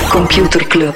Computer Club.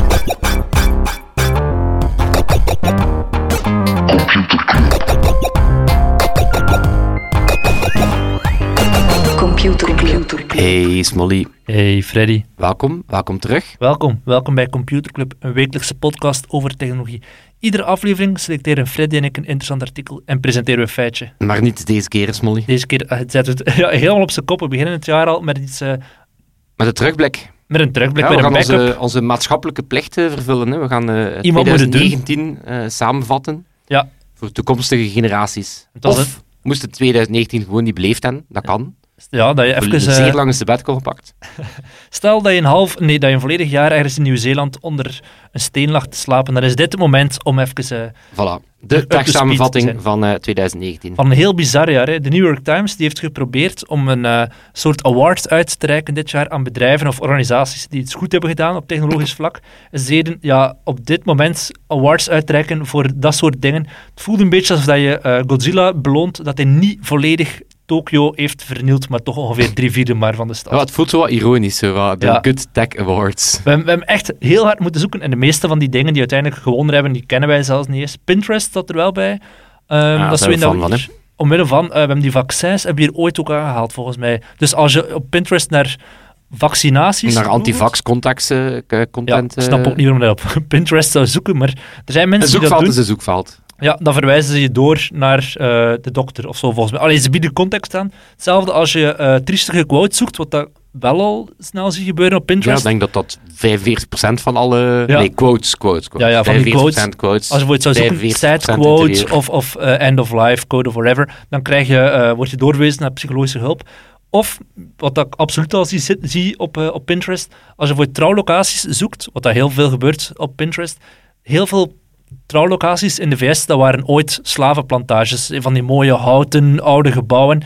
Computer Club. Hey Smolly. Hey Freddy. Welkom terug. Welkom bij Computer Club, een wekelijkse podcast over technologie. Iedere aflevering selecteren Freddy en ik een interessant artikel en presenteren we een feitje. Maar niet deze keer, Smolly. Deze keer zetten we het helemaal op zijn kop. We beginnen het jaar al met iets... Met een terugblik. Met een terugblik, Ja, met we een gaan backup. onze maatschappelijke plichten vervullen. Hè. We gaan Iemand moet het doen. 2019 samenvatten Ja. voor toekomstige generaties. Dat is Of moest het 2019 gewoon niet beleefd hebben, dat kan. Ja, dat je Een even... zeer lange sabbatical gepakt. Stel dat je een volledig jaar ergens in Nieuw-Zeeland onder een steen lag te slapen, dan is dit het moment om even... Voilà. De up to speed te tech-samenvatting zijn. van 2019. Van een heel bizar jaar. Hè. De New York Times die heeft geprobeerd om een soort award uit te reiken dit jaar aan bedrijven of organisaties die iets goed hebben gedaan op technologisch vlak. En ze zeiden, op dit moment awards uitreiken voor dat soort dingen. Het voelt een beetje alsof dat je Godzilla beloont dat hij niet volledig Tokio heeft vernield, maar toch ongeveer 3/4 maar van de stad. Ja, het voelt zo wat ironisch, zo wat. De Ja. Good Tech Awards. We hebben echt heel hard moeten zoeken en de meeste van die dingen die uiteindelijk gewonnen hebben, die kennen wij zelfs niet eens. Pinterest zat er wel bij. daar dat is zijn we weer fan van, hè. omwille van, we hebben die vaccins hebben we hier ooit ook aangehaald, volgens mij. Dus als je op Pinterest naar vaccinaties... Naar googelt- anti-vax content. Ja, ik snap ook niet waarom je dat op Pinterest zou zoeken, maar er zijn Een mensen die dat zoekveld doen. is een zoekveld. Ja, dan verwijzen ze je door naar de dokter of zo, volgens mij. Allee, ze bieden context aan. Hetzelfde als je triestige quotes zoekt, wat dat wel al snel zie gebeuren op Ja, Pinterest. ik denk dat dat 45% van alle... Ja. Nee, quotes. Ja, van die 45% quotes. Als je bijvoorbeeld zou zoeken, 45% sad quote interieur. of end of life, code of whatever, dan word je doorverwezen naar psychologische hulp. Of, wat ik absoluut al zie op Pinterest, als je voor trouwlocaties zoekt, wat dat heel veel gebeurt op Pinterest, heel veel trouwlocaties in de VS, dat waren ooit slavenplantages, van die mooie houten, oude gebouwen.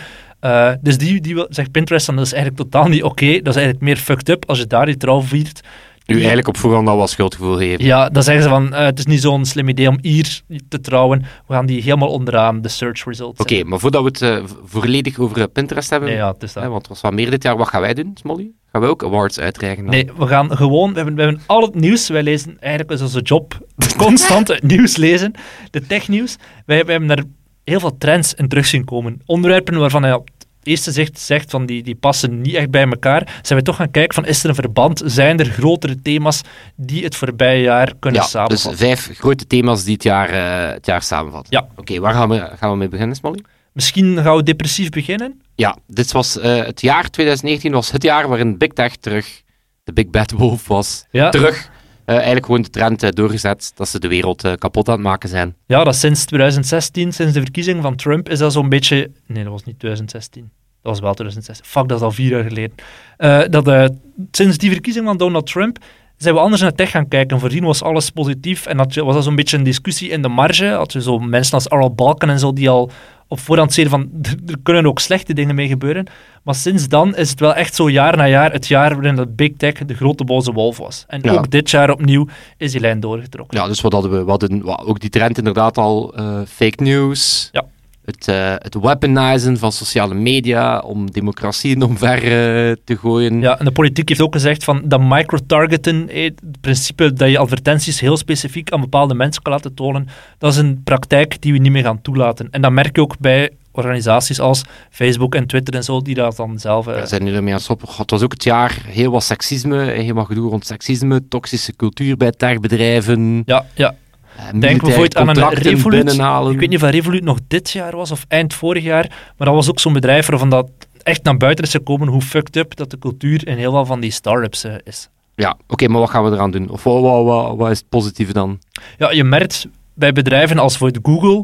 Dus zegt Pinterest, dan dat is eigenlijk totaal niet oké. Dat is eigenlijk meer fucked up als je daar die trouw viert. U eigenlijk op voorhand al wat schuldgevoel geven. Ja, dan zeggen ze van, het is niet zo'n slim idee om hier te trouwen. We gaan die helemaal onderaan de search results Oké, maar voordat we het volledig over Pinterest hebben, Nee, ja, het is dat. want het was wat meer dit jaar, wat gaan wij doen, Smolly? Gaan we ook awards uitreiken dan? Nee, we gaan gewoon... We hebben al het nieuws. Wij lezen eigenlijk is onze job constant het nieuws lezen. De technieuws. Wij hebben daar heel veel trends in terug zien komen. Onderwerpen waarvan hij op het eerste zicht zegt van die passen niet echt bij elkaar. Zijn we toch gaan kijken van is er een verband? Zijn er grotere thema's die het voorbije jaar kunnen Ja, dus samenvatten? 5 grote thema's die het jaar samenvatten. Ja. Oké, waar gaan we mee beginnen, Smolly? Misschien gaan we depressief beginnen. Ja, dit was het jaar 2019 was het jaar waarin Big Tech terug de Big Bad Wolf was. Ja. Terug eigenlijk gewoon de trend doorgezet dat ze de wereld kapot aan het maken zijn. Ja, dat sinds 2016, sinds de verkiezing van Trump, is dat zo'n beetje... Nee, dat was niet 2016. Dat was wel 2016. Fuck, dat is al 4 jaar geleden. Sinds die verkiezing van Donald Trump zijn we anders naar tech gaan kijken. Voordien was alles positief en was dat zo'n beetje een discussie in de marge. Had je zo mensen als Aral Balkan en zo die al op voorhand zeiden van er kunnen ook slechte dingen mee gebeuren. Maar sinds dan is het wel echt zo jaar na jaar het jaar waarin dat Big Tech de grote boze wolf was. En Ja. ook dit jaar opnieuw is die lijn doorgetrokken. Ja, dus wat hadden we? We hadden ook die trend inderdaad al, fake news. Ja. Het weaponizen van sociale media om democratie omver te gooien. Ja, en de politiek heeft ook gezegd van dat microtargeten, het principe dat je advertenties heel specifiek aan bepaalde mensen kan laten tonen, dat is een praktijk die we niet meer gaan toelaten. En dat merk je ook bij organisaties als Facebook en Twitter en zo, die dat dan zelf... We zijn nu ermee aan het stoppen. Het was ook het jaar heel wat seksisme, heel wat gedoe rond seksisme, toxische cultuur bij techbedrijven. Ja. Denk bijvoorbeeld aan een Revolut. Ik weet niet of Revolut nog dit jaar was of eind vorig jaar, maar dat was ook zo'n bedrijf waarvan dat echt naar buiten is gekomen hoe fucked up dat de cultuur in heel veel van die start-ups is. Ja, oké, maar wat gaan we eraan doen? Of wat is het positieve dan? Ja, je merkt bij bedrijven als bijvoorbeeld Google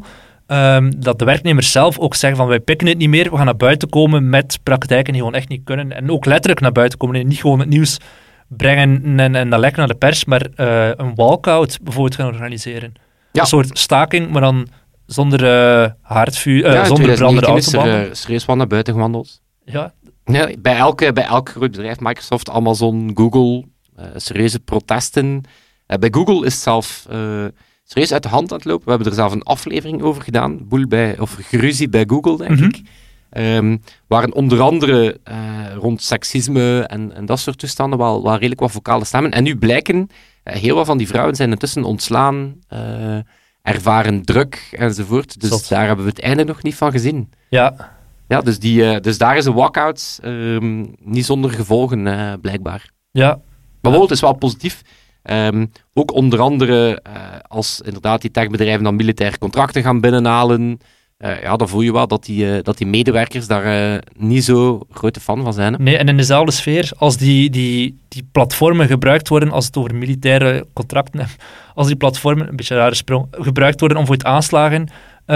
dat de werknemers zelf ook zeggen van wij pikken het niet meer, we gaan naar buiten komen met praktijken die gewoon echt niet kunnen. En ook letterlijk naar buiten komen en niet gewoon het nieuws brengen en dat lekker naar de pers, maar een walkout bijvoorbeeld gaan organiseren. Ja. Een soort staking, maar dan zonder haardvuur, Ja, in zonder brandende 2019 is autobanden. er serieus wat naar buiten gewandeld. Ja, Nee, bij elk groot bedrijf, Microsoft, Amazon, Google, serieuze protesten. Bij Google is het zelf serieus uit de hand aan het lopen. We hebben er zelf een aflevering over gedaan. Geruzie bij Google, denk ik. waren onder andere rond seksisme en dat soort toestanden wel redelijk wat vocale stemmen. En nu blijken, heel wat van die vrouwen zijn intussen ontslaan, ervaren druk enzovoort. Dus daar hebben we het einde nog niet van gezien. Ja, dus daar is een walkout niet zonder gevolgen, blijkbaar. Ja. Maar het is wel positief. Ook onder andere als inderdaad die techbedrijven dan militaire contracten gaan binnenhalen, dan voel je wel dat die medewerkers daar niet zo grote fan van zijn. Hè? Nee, en in dezelfde sfeer, als die platformen gebruikt worden, als het over militaire contracten hebt, als die platformen, een beetje een rare sprong, gebruikt worden om voor het aanslagen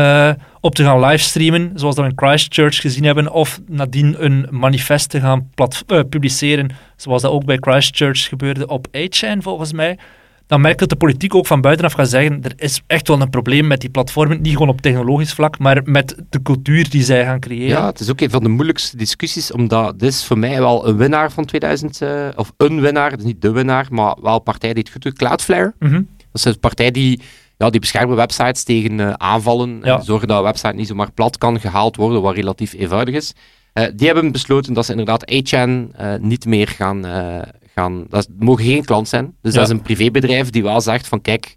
op te gaan livestreamen, zoals dat we in Christchurch gezien hebben, of nadien een manifest te gaan publiceren, zoals dat ook bij Christchurch gebeurde op 8chan volgens mij, dan merk je dat de politiek ook van buitenaf gaat zeggen, er is echt wel een probleem met die platformen, niet gewoon op technologisch vlak, maar met de cultuur die zij gaan creëren. Ja, het is ook een van de moeilijkste discussies, omdat dit is voor mij wel een winnaar van 2000, of een winnaar, dus niet de winnaar, maar wel een partij die het goed doet, Cloudflare. Mm-hmm. Dat is een partij die beschermen websites tegen aanvallen en zorgen dat een website niet zomaar plat kan gehaald worden, wat relatief eenvoudig is. Die hebben besloten dat ze inderdaad 8chan niet meer gaan... Dat mogen geen klant zijn. Dus dat is een privébedrijf die wel zegt van kijk,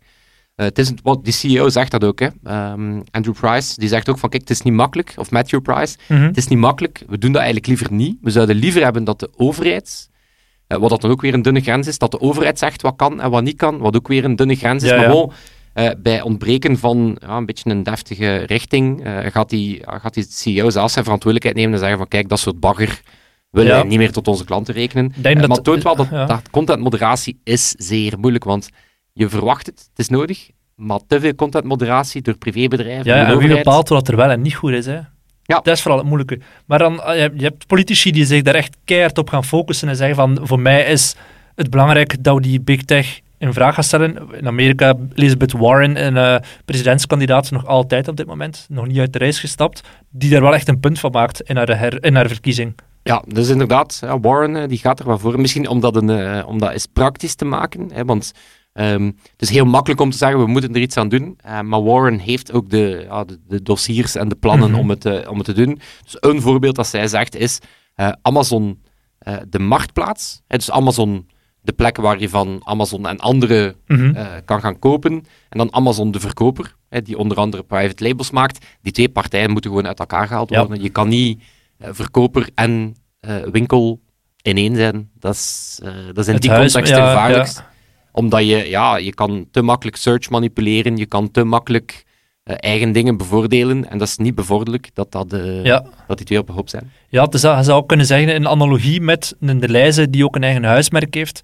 die CEO zegt dat ook, hè. Andrew Price, die zegt ook van kijk, het is niet makkelijk, of Matthew Price, het is niet makkelijk, we doen dat eigenlijk liever niet. We zouden liever hebben dat de overheid, wat dat dan ook weer een dunne grens is, dat de overheid zegt wat kan en wat niet kan, wat ook weer een dunne grens is, maar gewoon... bij ontbreken van een beetje een deftige richting gaat die CEO zelf zijn verantwoordelijkheid nemen en zeggen van kijk, dat soort bagger willen wij niet meer tot onze klanten rekenen. Maar het toont wel dat contentmoderatie is zeer moeilijk, want je verwacht het is nodig, maar te veel contentmoderatie door privébedrijven... Ja, en wie bepaalt wat er wel en niet goed is, hè? Ja. Dat is vooral het moeilijke. Maar dan, je hebt politici die zich daar echt keihard op gaan focussen en zeggen van, voor mij is het belangrijk dat we die big tech in vraag gaan stellen. In Amerika, Elizabeth Warren, een presidentskandidaat, nog altijd op dit moment, nog niet uit de race gestapt, die daar wel echt een punt van maakt in haar verkiezing. Ja, dus inderdaad, Warren die gaat er wel voor. Misschien om dat eens praktisch te maken, hè, want het is heel makkelijk om te zeggen, we moeten er iets aan doen, maar Warren heeft ook de dossiers en de plannen om het te doen. Dus een voorbeeld dat zij zegt is Amazon, de marktplaats, dus Amazon, de plek waar je van Amazon en anderen kan gaan kopen, en dan Amazon de verkoper, die onder andere private labels maakt. Die twee partijen moeten gewoon uit elkaar gehaald worden. Ja. Je kan niet verkoper en winkel in één zijn. Dat is in die context gevaarlijk. Omdat je kan te makkelijk search manipuleren, je kan te makkelijk eigen dingen bevoordelen, en dat is niet bevorderlijk dat die twee op een hoop zijn. Ja, dus dat zou kunnen zeggen, in analogie met een Deleuze die ook een eigen huismerk heeft,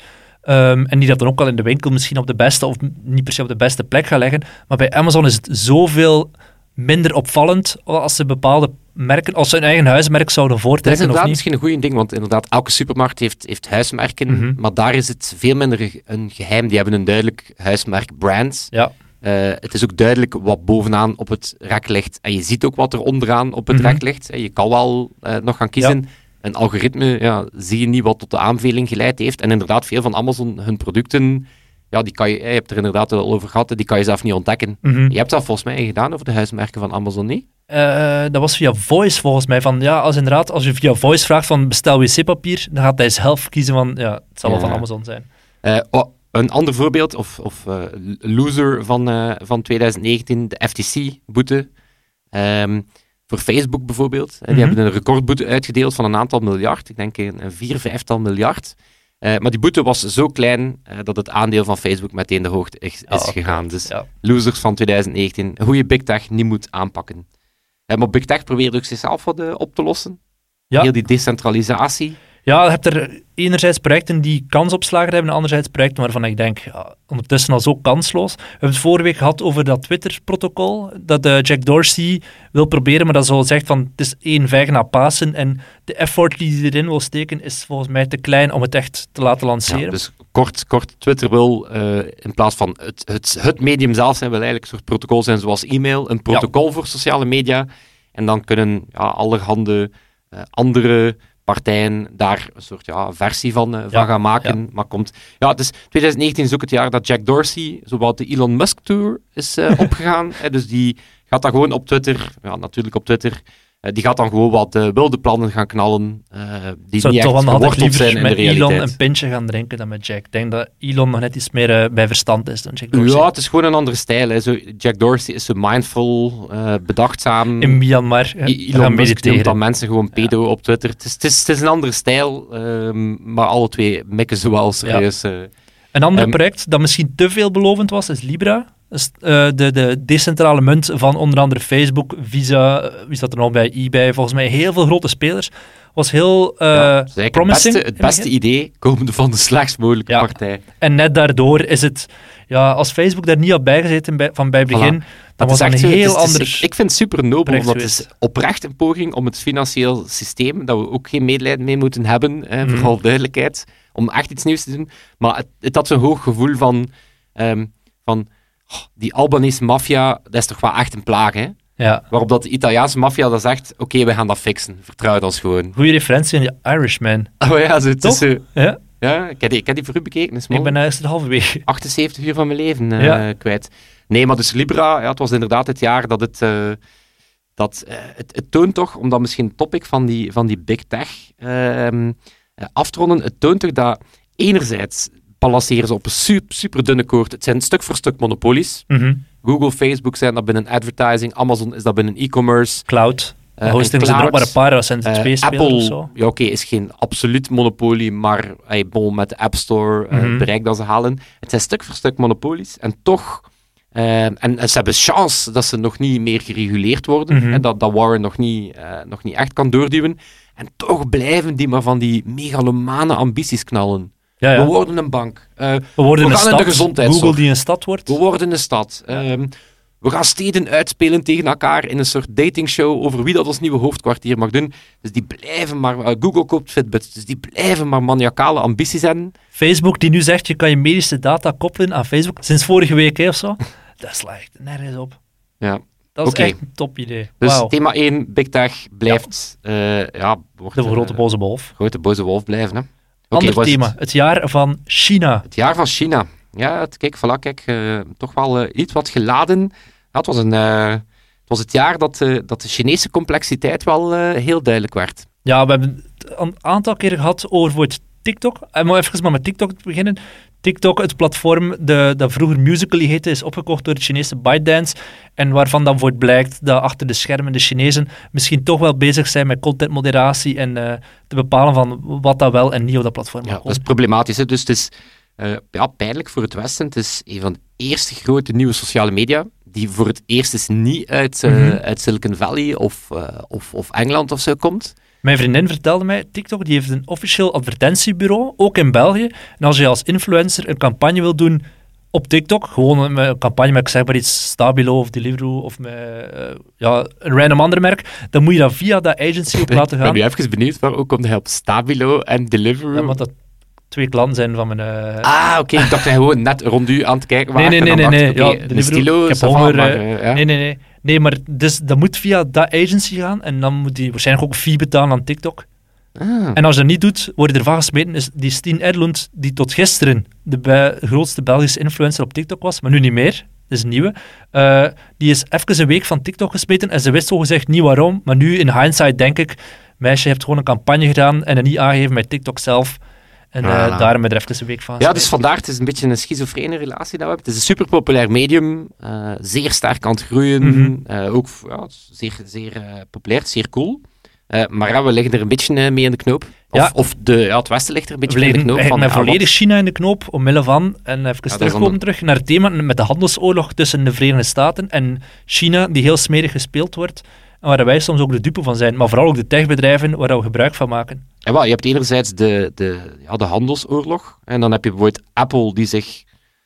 en die dat dan ook al in de winkel misschien op de beste, of niet per se op de beste plek gaat leggen, maar bij Amazon is het zoveel minder opvallend als ze bepaalde merken, als ze een eigen huismerk zouden voortrekken. Dat is inderdaad of niet. Misschien een goeie ding, want inderdaad, elke supermarkt heeft huismerken, maar daar is het veel minder een geheim. Die hebben een duidelijk huismerk-brand. Ja. Het is ook duidelijk wat bovenaan op het rek ligt. En je ziet ook wat er onderaan op het rek ligt. Je kan wel nog gaan kiezen. Ja. Een algoritme zie je niet wat tot de aanbeveling geleid heeft. En inderdaad, veel van Amazon, hun producten, die kan je hebt er inderdaad al over gehad, die kan je zelf niet ontdekken. Je hebt dat volgens mij gedaan over de huismerken van Amazon, niet? Dat was via Voice volgens mij. Als je via Voice vraagt van bestel wc-papier, dan gaat hij zelf kiezen van, het zal wel van Amazon zijn. Een ander voorbeeld, of loser van 2019, de FTC-boete. Voor Facebook bijvoorbeeld. Die hebben een recordboete uitgedeeld van een aantal miljard. Ik denk een 4-5 miljard. Maar die boete was zo klein dat het aandeel van Facebook meteen de hoogte is gegaan. Dus losers van 2019, hoe je Big Tech niet moet aanpakken. Maar Big Tech probeert ook zichzelf wat op te lossen. Ja. Heel die decentralisatie. Ja, je hebt er enerzijds projecten die kansopslagen hebben, en anderzijds projecten waarvan ik denk, ondertussen al zo kansloos. We hebben het vorige week gehad over dat Twitter-protocol, dat Jack Dorsey wil proberen, maar dat zo zegt van, het is 1 vijg na Pasen, en de effort die hij erin wil steken is volgens mij te klein om het echt te laten lanceren. Ja, dus kort, Twitter wil in plaats van het medium zelf zijn, wil eigenlijk een soort protocol zijn zoals e-mail, een protocol voor sociale media, en dan kunnen allerhande andere partijen daar een soort versie van gaan maken. Ja. Maar dus 2019 is ook het jaar dat Jack Dorsey, zowat de Elon Musk Tour, is opgegaan. Dus die gaat daar gewoon op Twitter, natuurlijk op Twitter, Die gaat dan gewoon wat wilde plannen gaan knallen, die Zou niet toch echt wel altijd geworteld zijn liever in de met realiteit. Elon een pintje gaan drinken dan met Jack. Ik denk dat Elon nog net iets meer bij verstand is dan Jack Dorsey. Ja, het is gewoon een andere stijl. Hè. Zo, Jack Dorsey is zo mindful, bedachtzaam. In Myanmar Elon Musk noemt dan mensen gewoon pedo op Twitter. Het is een andere stijl, maar alle twee mikken ze wel serieus. Een ander project dat misschien te veelbelovend was, is Libra. Dus, de decentrale munt van onder andere Facebook, Visa, wie zat er nog bij, eBay, volgens mij heel veel grote spelers. Was heel promising. Het beste idee komende van de slechtst mogelijke partij. En net daardoor is het, als Facebook daar niet had bijgezeten van bij het begin, dan was het een heel ander. Ik vind het super nobel, omdat het is oprecht een poging om het financieel systeem, dat we ook geen medelijden mee moeten hebben, voor half duidelijkheid, om echt iets nieuws te doen. Maar het had zo'n hoog gevoel van die Albanese maffia, dat is toch wel echt een plaag, hè? Ja. Waarop dat de Italiaanse maffia dan zegt, oké, we gaan dat fixen. Vertrouw ons gewoon. Goeie referentie in The Irishman. Oh ja, het is zo. Ja? Ja, ik heb die voor u bekeken. Ik ben eerst het halverwege. 78 uur van mijn leven kwijt. Nee, maar dus Libra, het was inderdaad het jaar dat het toont toch, omdat misschien het topic van die big tech af te ronden, het toont toch dat enerzijds balanceren ze op een super dunne koord. Het zijn stuk voor stuk monopolies. Mm-hmm. Google, Facebook zijn dat binnen advertising, Amazon is dat binnen e-commerce. Cloud. Hosting zijn er ook maar een paar, dat zijn er twee spelers Apple, of zo. ja oké, is geen absoluut monopolie, maar met de App Store, bereik dat ze halen. Het zijn stuk voor stuk monopolies en toch... en ze hebben chance dat ze nog niet meer gereguleerd worden, en dat Warren nog niet echt kan doorduwen. En toch blijven die maar van die megalomane ambities knallen. Ja, ja. We worden een bank. We worden we een gaan stad. in de gezondheidszorg. Google die een stad wordt. We worden een stad. We gaan steden uitspelen tegen elkaar in een soort datingshow over wie dat ons nieuwe hoofdkwartier mag doen. Dus die blijven maar... Google koopt Fitbit, dus die blijven maar maniacale ambities hebben. Facebook die nu zegt, je kan je medische data koppelen aan Facebook. Sinds vorige week of zo. Dat slaagt nergens op. Ja. Dat is echt een top idee. Dus thema 1, Big Tech, blijft... wordt de grote boze wolf. Grote boze wolf blijven, hè. Ander thema, het jaar van China. Het jaar van China. Ja, kijk, toch wel iets wat geladen. Ja, het was het jaar dat de Chinese complexiteit wel heel duidelijk werd. Ja, we hebben het een aantal keer gehad over TikTok. En even met TikTok te beginnen. TikTok, het platform dat vroeger Musical.ly heette, is opgekocht door het Chinese ByteDance. En waarvan dan voor blijkt dat achter de schermen de Chinezen misschien toch wel bezig zijn met contentmoderatie en te bepalen van wat dat wel en niet op dat platform komt. Ja, dat is problematisch. Hè? Dus het is pijnlijk voor het Westen. Het is een van de eerste grote nieuwe sociale media die voor het eerst is niet uit Silicon Valley of Engeland of zo komt. Mijn vriendin vertelde mij, TikTok die heeft een officieel advertentiebureau, ook in België. En als je als influencer een campagne wil doen op TikTok, gewoon een campagne met zeg maar iets Stabilo of Deliveroo of met een random ander merk, dan moet je dat via dat agency op laten gaan. Ik ben nu even benieuwd, waarom komt hij op Stabilo en Deliveroo? Ja, want dat 2 klanten zijn van mijn... oké. Ik dacht hij gewoon net rond u aan het kijken was. Nee. Een stilo, ik heb honger. Nee, maar dus, dat moet via dat agency gaan en dan moet hij waarschijnlijk ook een fee betalen aan TikTok. En als je dat niet doet, word je ervan gesmeten. Dus die Stien Edlund, die tot gisteren de grootste Belgische influencer op TikTok was, maar nu niet meer, dat is een nieuwe, die is even een week van TikTok gesmeten en ze wist zogezegd niet waarom, maar nu in hindsight denk ik, meisje heeft gewoon een campagne gedaan en het niet aangegeven met TikTok zelf. En daarom ben je er even een week van. Ja, dus vandaar, het is een beetje een schizofrene relatie dat we hebben. Het is een superpopulair medium, zeer sterk aan het groeien, ook zeer populair, zeer cool. Maar we liggen er een beetje mee in de knoop. Het Westen ligt er een beetje mee in de knoop. We liggen volledig China in de knoop, omwille van, en even terug naar het thema, met de handelsoorlog tussen de Verenigde Staten en China, die heel smerig gespeeld wordt. En waar wij soms ook de dupe van zijn, maar vooral ook de techbedrijven waar we gebruik van maken. Je hebt enerzijds de handelsoorlog, en dan heb je bijvoorbeeld Apple die zich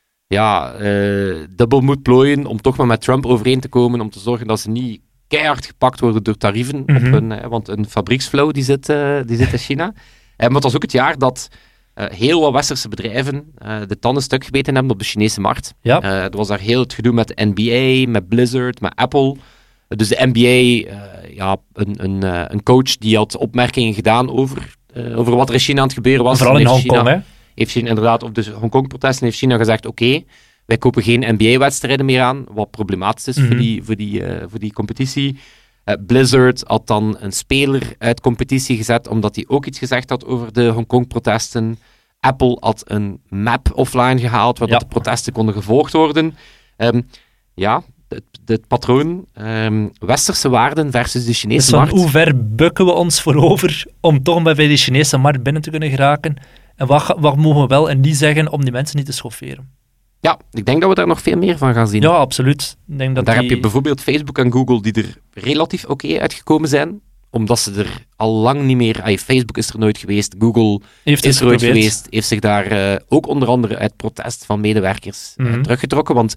dubbel moet plooien om toch maar met Trump overeen te komen, om te zorgen dat ze niet keihard gepakt worden door tarieven op hun, want een fabrieksflow die zit in China. Maar het was ook het jaar dat heel wat westerse bedrijven de tanden stuk gebeten hebben op de Chinese markt. Ja. Er was daar heel het gedoe met de NBA, met Blizzard, met Apple. Dus de NBA, een coach die had opmerkingen gedaan over wat er in China aan het gebeuren was. Vooral in Hongkong, hè? Heeft China inderdaad op de Hongkong-protesten heeft China gezegd, oké, wij kopen geen NBA-wedstrijden meer aan, wat problematisch is voor die competitie. Blizzard had dan een speler uit competitie gezet, omdat hij ook iets gezegd had over de Hongkong-protesten. Apple had een map offline gehaald, waardoor de protesten konden gevolgd worden. Het patroon, westerse waarden versus de Chinese markt. Hoe ver bukken we ons voorover om toch bij de Chinese markt binnen te kunnen geraken? En wat mogen we wel en niet zeggen om die mensen niet te schofferen? Ja, ik denk dat we daar nog veel meer van gaan zien. Ja, absoluut. Ik denk dat heb je bijvoorbeeld Facebook en Google die er relatief oké uitgekomen zijn, omdat ze er al lang niet meer... Facebook is er nooit geweest, Google is er ooit geweest, heeft zich daar ook onder andere uit protest van medewerkers teruggetrokken, want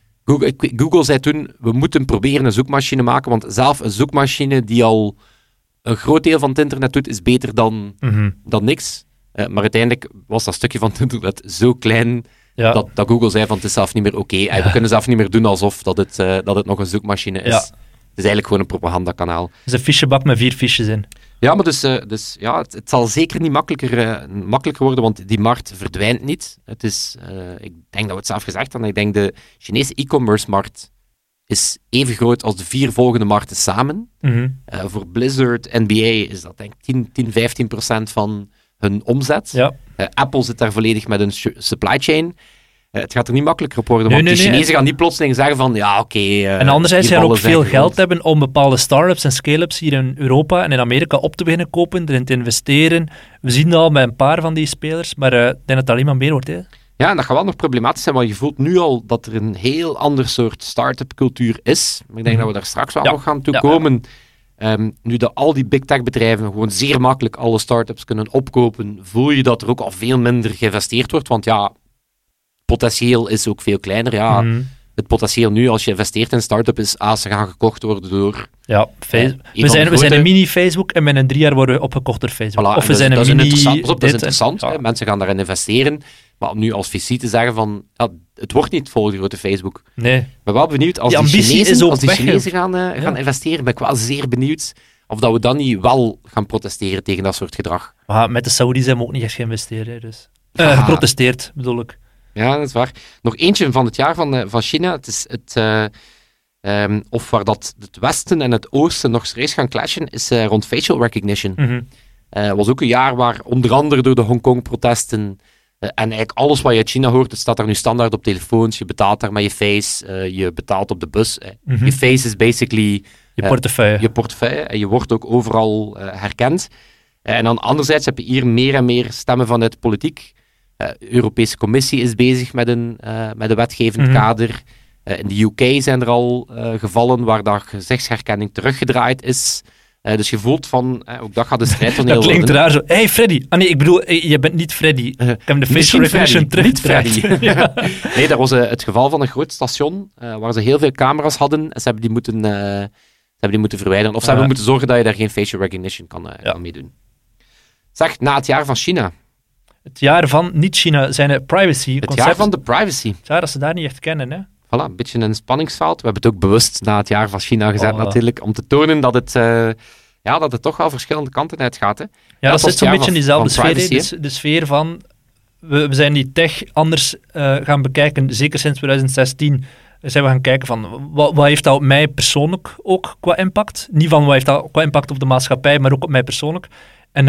Google zei toen, we moeten proberen een zoekmachine maken, want zelf een zoekmachine die al een groot deel van het internet doet, is beter dan niks. Maar uiteindelijk was dat stukje van het internet zo klein dat Google zei van het is zelf niet meer oké. We kunnen zelf niet meer doen alsof dat het nog een zoekmachine is. Het is eigenlijk gewoon een propagandakanaal. Het is een fichebak met 4 fiches in. Ja, maar het zal zeker niet makkelijker worden, want die markt verdwijnt niet. Het is, ik denk dat we het zelf gezegd hebben, ik denk de Chinese e-commerce-markt is even groot als de 4 volgende markten samen. Voor Blizzard, NBA is dat denk ik 10-15% van hun omzet. Ja. Apple zit daar volledig met een supply chain. Het gaat er niet makkelijker op worden, want de Chinezen gaan niet plotseling zeggen van, en anderzijds gaan ook veel geld hebben om bepaalde start-ups en scale-ups hier in Europa en in Amerika op te beginnen kopen, erin te investeren. We zien dat al bij een paar van die spelers, maar ik denk dat het alleen maar meer wordt. Hè? Ja, en dat gaat wel nog problematisch zijn, want je voelt nu al dat er een heel ander soort start-up cultuur is. Maar ik denk dat we daar straks wel nog gaan toe komen. Nu dat al die big tech bedrijven gewoon zeer makkelijk alle start-ups kunnen opkopen, voel je dat er ook al veel minder geïnvesteerd wordt, want potentieel is ook veel kleiner. Het potentieel nu, als je investeert in een start-up, is ze gaan gekocht worden door... Ja, we zijn een mini-Facebook en binnen 3 jaar worden we opgekocht door Facebook. Voilà, of we zijn een mini... Dat is interessant. Mensen gaan daarin investeren. Maar om nu als VC te zeggen van... het wordt niet het volgende grote Facebook. Nee. Ik ben wel benieuwd, als die Chinezen gaan investeren, ben ik wel zeer benieuwd of dat we dan niet wel gaan protesteren tegen dat soort gedrag. Maar met de Saudis hebben we ook niet echt geïnvesteerd. Dus. Geprotesteerd, bedoel ik. Ja, dat is waar. Nog eentje van het jaar van China. Het is of waar dat het Westen en het Oosten nog steeds gaan clashen, is rond facial recognition. Het was ook een jaar waar onder andere door de Hongkong-protesten en eigenlijk alles wat je uit China hoort, het staat daar nu standaard op telefoons, je betaalt daar met je face, je betaalt op de bus. Je face is basically je portefeuille en je wordt ook overal herkend. En dan anderzijds heb je hier meer en meer stemmen vanuit de politiek. De Europese Commissie is bezig met een wetgevend kader. In de UK zijn er al gevallen waar dat gezichtsherkenning teruggedraaid is. Dus je voelt van, ook dat gaat de strijd van heel Dat klinkt raar zo. Hey Freddy. Je bedoel, je bent niet Freddy. Ik heb de facial recognition teruggedraaid. Nee, dat was het geval van een groot station waar ze heel veel camera's hadden en ze hebben die moeten verwijderen. Of ze hebben moeten zorgen dat je daar geen facial recognition kan meedoen. Zeg, na het jaar van China... Het jaar van niet-China zijn privacy. Het jaar van de privacy. Ja, dat ze daar niet echt kennen, hè? Voilà, een beetje een spanningsveld. We hebben het ook bewust na het jaar van China gezet natuurlijk, om te tonen dat het toch wel verschillende kanten uitgaat. Hè. Ja, dat zit zo'n beetje in diezelfde sfeer. De sfeer van, we zijn die tech anders gaan bekijken, zeker sinds 2016 zijn we gaan kijken van, wat heeft dat op mij persoonlijk ook qua impact? Niet van, wat heeft dat qua impact op de maatschappij, maar ook op mij persoonlijk. En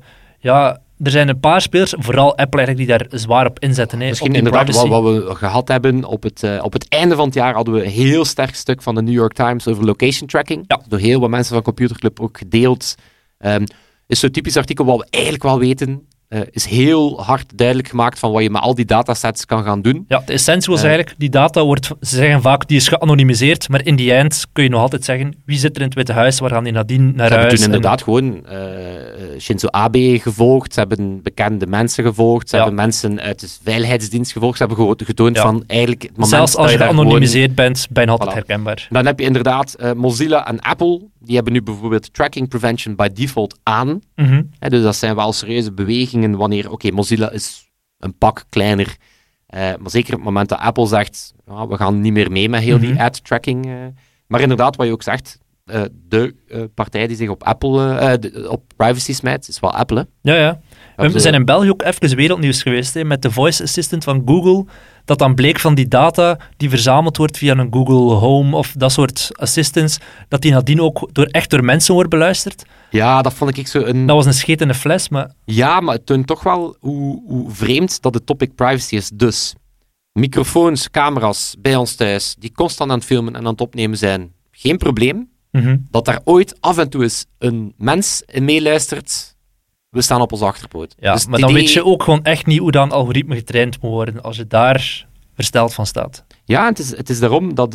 er zijn een paar spelers, vooral Apple eigenlijk, die daar zwaar op inzetten. Misschien inderdaad wat we gehad hebben. Op het einde van het jaar hadden we een heel sterk stuk van de New York Times over location tracking. Ja. Door heel wat mensen van Computerclub ook gedeeld. Is zo'n typisch artikel wat we eigenlijk wel weten. Is heel hard duidelijk gemaakt van wat je met al die datasets kan gaan doen. Ja, de essentie was eigenlijk, die data ze zeggen vaak, die is geanonimiseerd, maar in die eind kun je nog altijd zeggen, wie zit er in het Witte Huis, waar gaan die nadien naar huis? Ze hebben toen inderdaad gewoon Shinzo Abe gevolgd, ze hebben bekende mensen gevolgd, ze hebben mensen uit de veiligheidsdienst gevolgd, ze hebben getoond van eigenlijk het moment zelfs als je geanonimiseerd bent, bijna altijd herkenbaar. Dan heb je inderdaad Mozilla en Apple, die hebben nu bijvoorbeeld tracking prevention by default aan. Dus dat zijn wel serieuze bewegingen wanneer, Mozilla is een pak kleiner. Maar zeker op het moment dat Apple zegt, we gaan niet meer mee met heel die ad-tracking. Maar inderdaad, wat je ook zegt, de partij die zich op Apple, op privacy smijt, is wel Apple. Hè? Ja. We zijn in België ook even wereldnieuws geweest, hè, met de voice assistant van Google, dat dan bleek van die data die verzameld wordt via een Google Home of dat soort assistants, dat die nadien ook door mensen wordt beluisterd. Ja, dat vond ik zo een... Dat was een scheet in de fles, maar... Ja, maar het toont toch wel hoe vreemd dat de topic privacy is. Dus, microfoons, camera's bij ons thuis, die constant aan het filmen en aan het opnemen zijn, geen probleem. Dat daar ooit af en toe eens een mens in meeluistert, we staan op ons achterpoot. Ja, dus maar dan weet je ook gewoon echt niet hoe dat een algoritme getraind moet worden, als je daar versteld van staat. Ja, het is daarom dat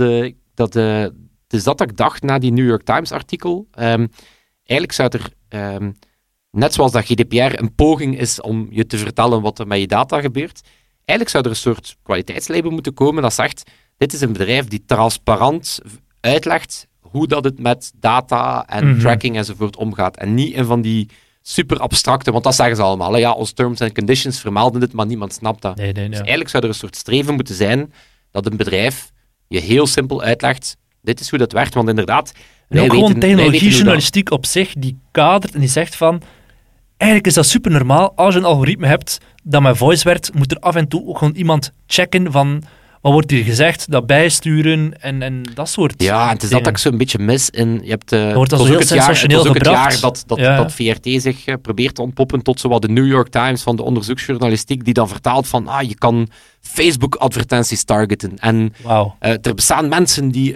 ik dacht na die New York Times artikel, eigenlijk zou er, net zoals dat GDPR een poging is om je te vertellen wat er met je data gebeurt, eigenlijk zou er een soort kwaliteitslabel moeten komen dat zegt, dit is een bedrijf die transparant uitlegt hoe dat het met data en tracking enzovoort omgaat. En niet in van die super abstracte, want dat zeggen ze allemaal. Hè? Ja, ons terms and conditions vermelden dit, maar niemand snapt dat. Nee. Dus eigenlijk zou er een soort streven moeten zijn dat een bedrijf je heel simpel uitlegt, dit is hoe dat werkt, want inderdaad... Ook gewoon technologie-journalistiek op zich, die kadert en die zegt van, eigenlijk is dat super normaal, als je een algoritme hebt dat met voice werkt, moet er af en toe ook gewoon iemand checken van... Wat wordt hier gezegd? Dat bijsturen en dat soort Ja, en het is dat ik zo een beetje mis in... Je hebt, wordt dat zo heel sensationeel gebracht. Het was ook het jaar dat VRT zich probeert te ontpoppen tot zowat de New York Times van de onderzoeksjournalistiek, die dan vertaalt van, je kan Facebook-advertenties targeten. En er bestaan mensen die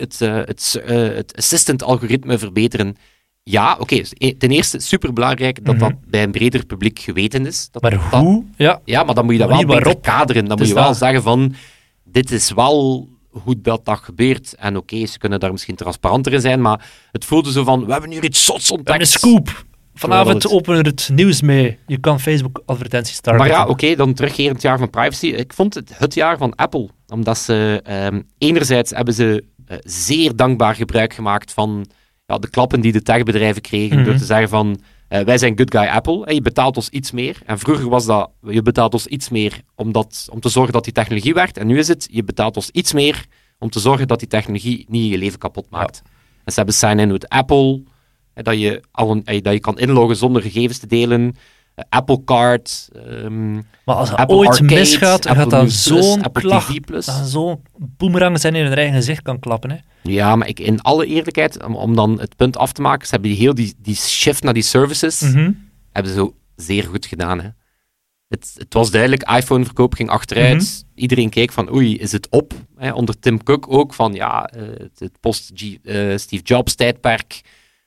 het assistant-algoritme verbeteren. Ja, oké. Ten eerste, superbelangrijk dat dat bij een breder publiek geweten is. Maar hoe? Ja, maar dan moet je dat wel beter kaderen. Dan moet je wel zeggen van... Dit is wel hoe dat gebeurt. En oké, ze kunnen daar misschien transparanter in zijn, maar het voelde zo van, we hebben hier iets zots ontdekt. Een scoop. Vanavond openen we het nieuws mee. Je kan Facebook-advertenties starten. Maar ja, oké, dan terugkerend jaar van privacy. Ik vond het jaar van Apple, omdat ze enerzijds hebben ze zeer dankbaar gebruik gemaakt van de klappen die de techbedrijven kregen, door te zeggen van, wij zijn good guy Apple, en je betaalt ons iets meer. En vroeger was dat, je betaalt ons iets meer om te zorgen dat die technologie werkt. En nu is het, je betaalt ons iets meer om te zorgen dat die technologie niet je leven kapot maakt. Ja. En ze hebben sign-in with Apple, dat je kan inloggen zonder gegevens te delen. Apple Card, maar als het Apple ooit Arcade, misgaat, Apple gaat dat News zo'n Apple klacht, TV Plus. dat zo'n boemerang zijn in hun eigen gezicht kan klappen. Hè? Ja, maar in alle eerlijkheid, om dan het punt af te maken, ze hebben die shift naar die services, hebben ze zo zeer goed gedaan. Hè? Het was duidelijk, iPhone-verkoop ging achteruit. Iedereen keek van, oei, is het op? Hè? Onder Tim Cook ook van, het post-Steve Jobs-tijdperk.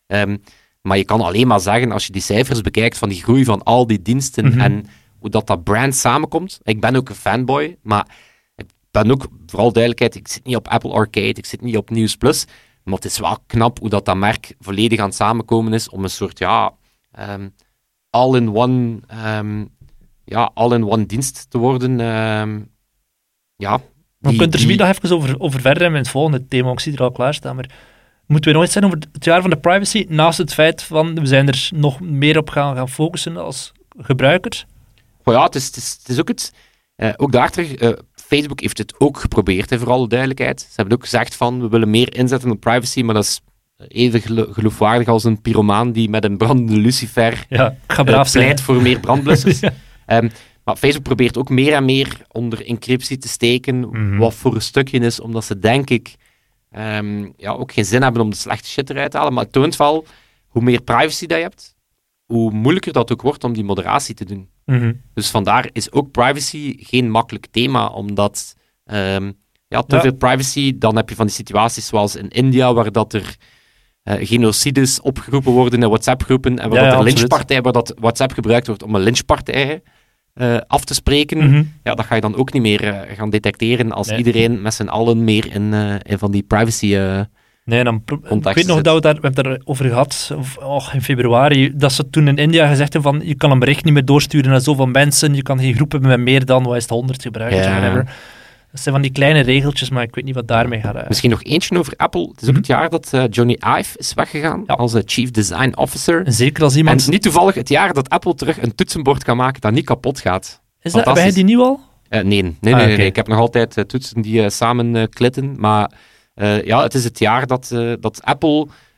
Maar je kan alleen maar zeggen, als je die cijfers bekijkt van die groei van al die diensten en hoe dat brand samenkomt. Ik ben ook een fanboy, maar ik ben ook, vooral duidelijkheid, ik zit niet op Apple Arcade, ik zit niet op News Plus, maar het is wel knap hoe dat merk volledig aan het samenkomen is om een soort, all-in-one dienst te worden. We kunnen er nog even over verder hebben in het volgende thema, ik zie er al klaarstaan, maar... Moeten we nog iets zeggen over het jaar van de privacy, naast het feit van we zijn er nog meer op gaan focussen als gebruiker? Het is ook het... ook daarachter, Facebook heeft het ook geprobeerd, voor alle duidelijkheid. Ze hebben ook gezegd van, we willen meer inzetten op privacy, maar dat is even geloofwaardig als een pyromaan die met een brandende lucifer pleit voor meer brandblussers. Maar Facebook probeert ook meer en meer onder encryptie te steken, wat voor een stukje is, omdat ze denk ik ook geen zin hebben om de slechte shit eruit te halen. Maar het toont wel, hoe meer privacy dat je hebt, hoe moeilijker dat ook wordt om die moderatie te doen. Dus vandaar is ook privacy geen makkelijk thema, omdat veel privacy, dan heb je van die situaties zoals in India, waar dat er genocides opgeroepen worden in WhatsApp-groepen, en waar dat er lynchpartijen, waar dat WhatsApp gebruikt wordt om een lynchpartij af te spreken, dat ga je dan ook niet meer gaan detecteren als iedereen met z'n allen meer in van die privacy ik weet nog dat we hebben daarover gehad, in februari, dat ze toen in India gezegd hebben van, je kan een bericht niet meer doorsturen naar zoveel mensen, je kan geen groep hebben met meer dan, 100 gebruikers, whatever. Dat zijn van die kleine regeltjes, maar ik weet niet wat daarmee gaat. Misschien nog eentje over Apple. Het is ook het jaar dat Johnny Ive is weggegaan als Chief Design Officer. En zeker als iemand... En niet toevallig het jaar dat Apple terug een toetsenbord kan maken dat niet kapot gaat. Is dat bij die nieuw al? Nee. Ik heb nog altijd toetsen die samen klitten. Maar het is het jaar dat Apple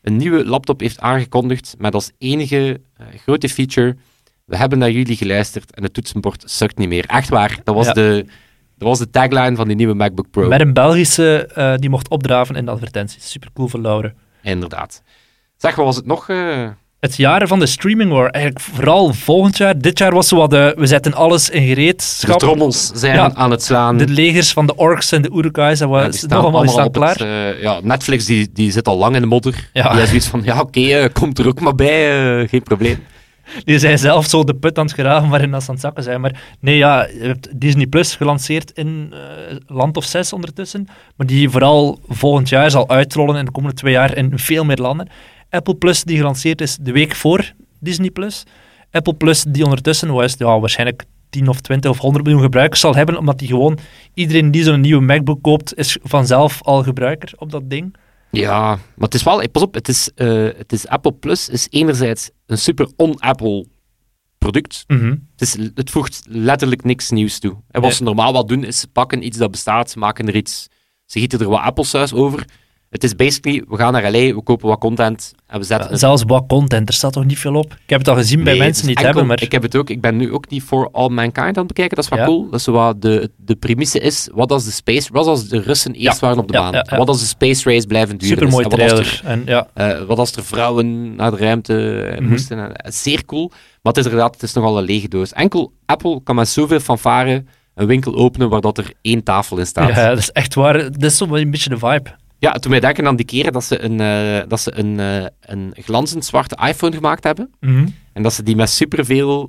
een nieuwe laptop heeft aangekondigd met als enige grote feature: we hebben naar jullie geluisterd en het toetsenbord sukt niet meer. Echt waar, dat was de tagline van die nieuwe MacBook Pro. Met een Belgische die mocht opdraven in de advertenties. Super cool voor Laure. Inderdaad. Zeg, wat was het nog? Het jaar van de streaming war. Eigenlijk vooral volgend jaar. Dit jaar was zo wat we zetten alles in gereedschap. De trommels zijn aan het slaan. De legers van de orks en de urukais. Die staan klaar. Netflix die zit al lang in de modder. Ja. Die heeft zoiets van, oké, komt er ook maar bij. Geen probleem. Die zijn zelf zo de put aan het graven waarin dat ze aan het zakken zijn. Maar nee, je hebt Disney Plus gelanceerd in land of 6 ondertussen. Maar die vooral volgend jaar zal uitrollen in de komende 2 jaar in veel meer landen. Apple Plus die gelanceerd is de week voor Disney Plus. Apple Plus die ondertussen waarschijnlijk 10 of 20 of 100 miljoen gebruikers zal hebben, omdat die gewoon, iedereen die zo'n nieuwe MacBook koopt, is vanzelf al gebruiker op dat ding. Ja, maar het is wel, pas op, het is Apple Plus is enerzijds een super on-Apple product. Mm-hmm. Het voegt letterlijk niks nieuws toe. En wat ze normaal wat doen, is ze pakken iets dat bestaat, ze maken er iets, ze gieten er wat appelsaus over. Het is basically, we gaan naar LA, we kopen wat content en we zetten zelfs wat content, er staat toch niet veel op? Ik heb het al gezien bij mensen die het hebben, maar... Ik heb het ook, ik ben nu ook die For All Mankind aan het bekijken, dat is wel cool. Dat is wat de premisse is, wat als de Russen eerst waren op de maan? Wat als de space race blijven duren? Supermooi trailer. Wat als er vrouwen naar de ruimte moesten? Zeer cool, maar het is nogal een lege doos. Enkel Apple kan met zoveel fanfare een winkel openen waar dat er 1 tafel in staat. Ja, dat is echt waar. Dat is zo een beetje de vibe. Ja, toen wij denken aan die keren dat ze een glanzend zwarte iPhone gemaakt hebben. Mm-hmm. En dat ze die met superveel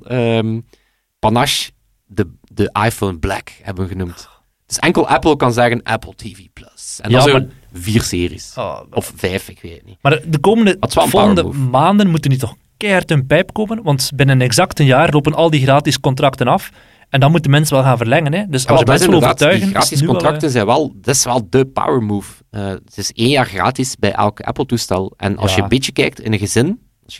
panache de iPhone Black hebben genoemd. Dus enkel Apple kan zeggen Apple TV+. En dat zijn 4 series. Of 5, ik weet het niet. Maar de volgende maanden moeten die toch keihard hun pijp komen, want binnen exact een jaar lopen al die gratis contracten af. En dan moeten mensen wel gaan verlengen. Hè? Dus als je mensen wil overtuigen... Die gratis contracten zijn wel... Dat is wel de power move. Het is 1 jaar gratis bij elk Apple-toestel. En als je een beetje kijkt in een gezin...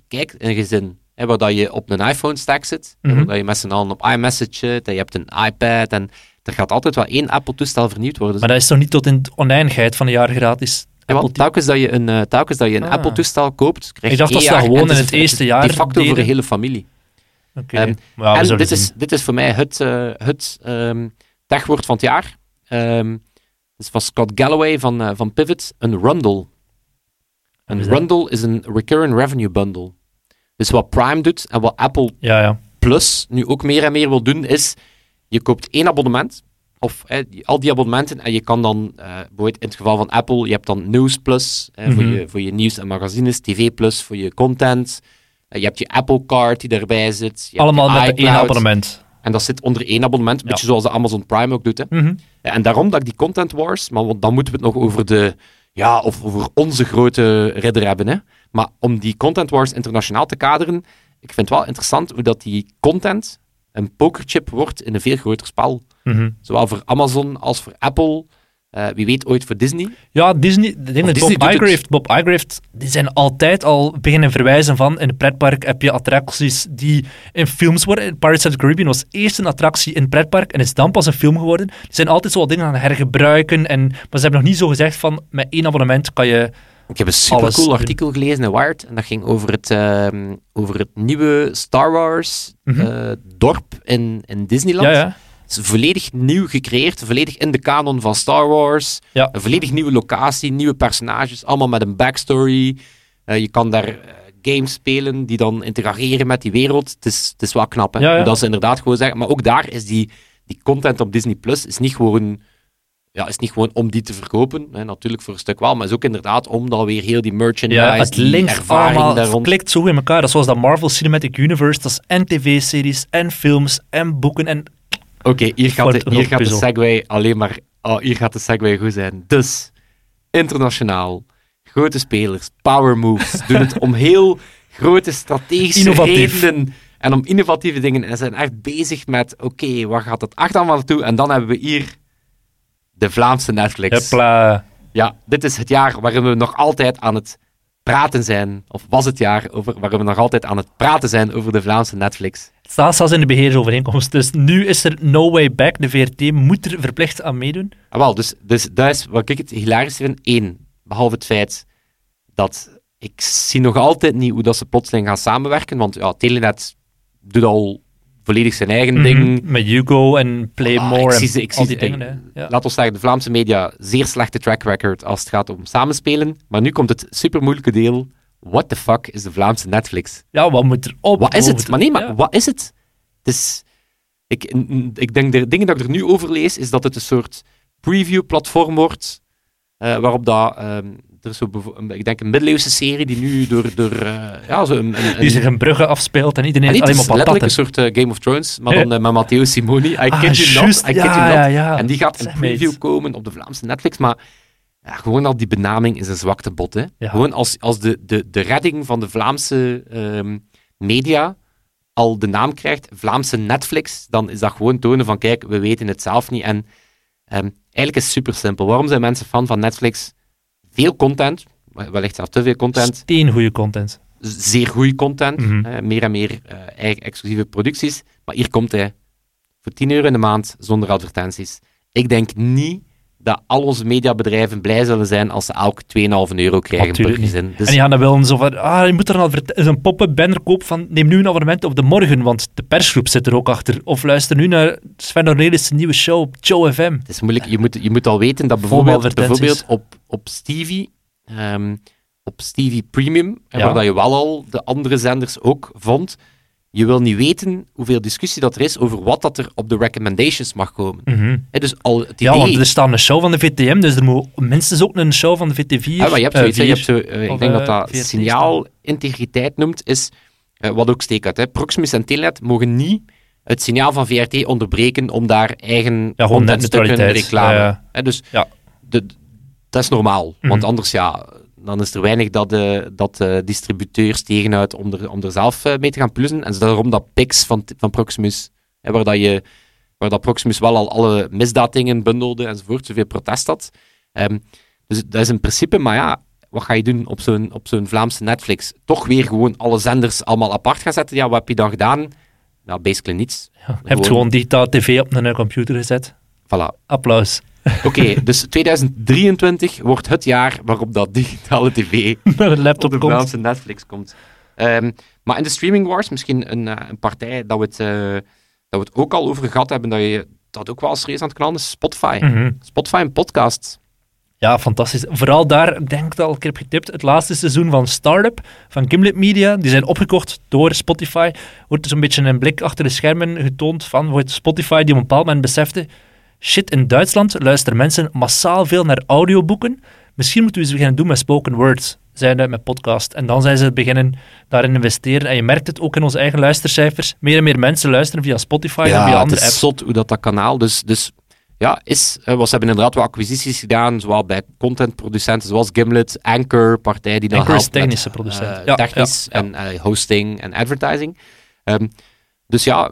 waar dat je op een iPhone-stack zit, waar dat je met z'n allen op iMessage zit, en je hebt een iPad, en er gaat altijd wel 1 Apple-toestel vernieuwd worden. Maar dat is toch niet tot in de oneindigheid van een jaar gratis... Telkens dat je een Apple-toestel koopt, krijg je 1 jaar... Ik dacht dat ze dat gewoon in het eerste jaar... De facto voor de hele familie. Okay. En dit is voor mij het techwoord van het jaar. Het is van Scott Galloway van Pivot, een rundle. Een rundle is een recurring revenue bundle. Dus wat Prime doet en wat Apple Plus nu ook meer en meer wil doen, is je koopt 1 abonnement, of al die abonnementen, en je kan dan, bijvoorbeeld in het geval van Apple, je hebt dan News Plus, voor je nieuws en magazines, TV Plus voor je content... Je hebt je Apple Card die daarbij zit. Allemaal met 1 abonnement. En dat zit onder 1 abonnement, een beetje zoals de Amazon Prime ook doet. Hè. Mm-hmm. En daarom dat ik die Content Wars, maar dan moeten we het nog over over onze grote ridder hebben. Hè. Maar om die Content Wars internationaal te kaderen, ik vind het wel interessant hoe dat die content een pokerchip wordt in een veel groter spel. Mm-hmm. Zowel voor Amazon als voor Apple. Wie weet ooit voor Disney? Ja, Disney, Bob Iger heeft, die zijn altijd al beginnen verwijzen van, in het pretpark heb je attracties die in films worden. Pirates of the Caribbean was eerst een attractie in het pretpark en is dan pas een film geworden. Die zijn altijd zo wat dingen aan hergebruiken, maar ze hebben nog niet zo gezegd van, met 1 abonnement kan je... Ik heb een supercool artikel gelezen in Wired en dat ging over het nieuwe Star Wars dorp in Disneyland. Ja. Het is volledig nieuw gecreëerd, volledig in de kanon van Star Wars. Ja. Een volledig nieuwe locatie, nieuwe personages, allemaal met een backstory. Je kan daar games spelen die dan interageren met die wereld. Het is wel knap, hè? Ja. Dat ze inderdaad gewoon zeggen. Maar ook daar is die content op Disney Plus is niet gewoon om die te verkopen. Hè? Natuurlijk voor een stuk wel, maar is ook inderdaad om dan weer heel die merchandise, het linkt allemaal, het klikt zo in elkaar. Dat is zoals dat Marvel Cinematic Universe, dat is en tv-series, en films, en boeken, en... Oké, hier gaat de segue alleen maar... hier gaat de segue goed zijn. Dus, internationaal, grote spelers, power moves, doen het om heel grote strategische redenen en om innovatieve dingen. En ze zijn echt bezig met, oké, waar gaat het echt allemaal naartoe? En dan hebben we hier de Vlaamse Netflix. Hopla. Ja, dit is het jaar waarin we nog altijd aan het praten zijn, of was het jaar waarin we nog altijd aan het praten zijn over de Vlaamse Netflix. Het staat zelfs in de beheersovereenkomst. Dus nu is er no way back. De VRT moet er verplicht aan meedoen. Wel, dus dat is wat ik het hilarisch vind. 1, behalve het feit dat ik zie nog altijd niet hoe dat ze plotseling gaan samenwerken, want ja, Telenet doet al volledig zijn eigen ding. Met Hugo en Playmore al die dingen. Ja. Laat ons zeggen, de Vlaamse media, zeer slechte track record als het gaat om samenspelen. Maar nu komt het super moeilijke deel. What the fuck is de Vlaamse Netflix? Ja, wat moet er op? Wat is het? Maar wat is het? Dus, ik denk, de dingen dat ik er nu over lees, is dat het een soort preview-platform wordt, waarop dat... er is zo ik denk een middeleeuwse serie die nu door die zich in Brugge afspeelt en iedereen alleen maar letterlijk een soort Game of Thrones, maar dan met Matteo Simoni. I kid you not. Ja. En die gaat een preview komen op de Vlaamse Netflix, maar gewoon al die benaming is een zwaktebod. Hè. Ja. Gewoon als de redding van de Vlaamse media al de naam krijgt, Vlaamse Netflix, dan is dat gewoon tonen van kijk, we weten het zelf niet. En eigenlijk is het super simpel. Waarom zijn mensen fan van Netflix? Veel content, wellicht zelfs te veel content. Steengoeie content. Zeer goede content, meer en meer eigen exclusieve producties. Maar hier komt hij, voor €10 in de maand, zonder advertenties. Ik denk niet dat al onze mediabedrijven blij zullen zijn als ze elk €2,5 krijgen per gezin. Dus... En die gaan dan wel zo van, je moet er een pop-up banner kopen van, neem nu een abonnement op De Morgen, want de persgroep zit er ook achter. Of luister nu naar Sven Ornelis' nieuwe show op Joe FM. Het is moeilijk, je moet al weten dat bijvoorbeeld op Stevie Premium, waar dat je wel al de andere zenders ook vond, je wil niet weten hoeveel discussie dat er is over wat dat er op de recommendations mag komen. Mm-hmm. Dus al het idee... Ja, want er staat een show van de VTM, dus er moet minstens ook een show van de VT4. Maar je hebt zoiets, ik denk dat signaalintegriteit noemt, is wat ook steekt uit. Proximus en Telenet mogen niet het signaal van VRT onderbreken om daar eigen contentstukken, reclame... Dus dat is normaal, want anders dan is er weinig dat distributeurs tegenuit om er zelf mee te gaan plussen. En het is daarom dat Pix van Proximus, waar dat Proximus wel al alle misdaaddingen bundelde enzovoort, zoveel protest had. Dus dat is in principe, maar ja, wat ga je doen op zo'n Vlaamse Netflix? Toch weer gewoon alle zenders allemaal apart gaan zetten? Ja, wat heb je dan gedaan? Nou, basically niets. Ja, je hebt gewoon digitale tv op een computer gezet. Voilà. Applaus. Oké, dus 2023 wordt het jaar waarop dat digitale tv met een laptop op de Vlaamse Netflix komt. Maar in de streaming wars, misschien een partij dat we het ook al over gehad hebben, dat je dat ook wel serieus aan het knallen is, Spotify. Mm-hmm. Spotify en podcasts. Ja, fantastisch. Vooral daar, ik denk dat ik al een keer heb getipt, het laatste seizoen van Startup, van Gimlet Media, die zijn opgekocht door Spotify. Wordt er zo'n beetje een blik achter de schermen getoond van Spotify, die op een bepaald moment besefte, shit, in Duitsland luisteren mensen massaal veel naar audioboeken. Misschien moeten we eens beginnen doen met spoken words, zijn met podcast. En dan zijn ze beginnen daarin investeren. En je merkt het ook in onze eigen luistercijfers. Meer en meer mensen luisteren via Spotify en via andere apps. Ja, het is zot hoe dat kanaal. Dus ja, ze hebben inderdaad wel acquisities gedaan, zowel bij contentproducenten zoals Gimlet, Anchor, partij die dan Anchor helpt is technische producent. Technisch en hosting en advertising. Dus ja,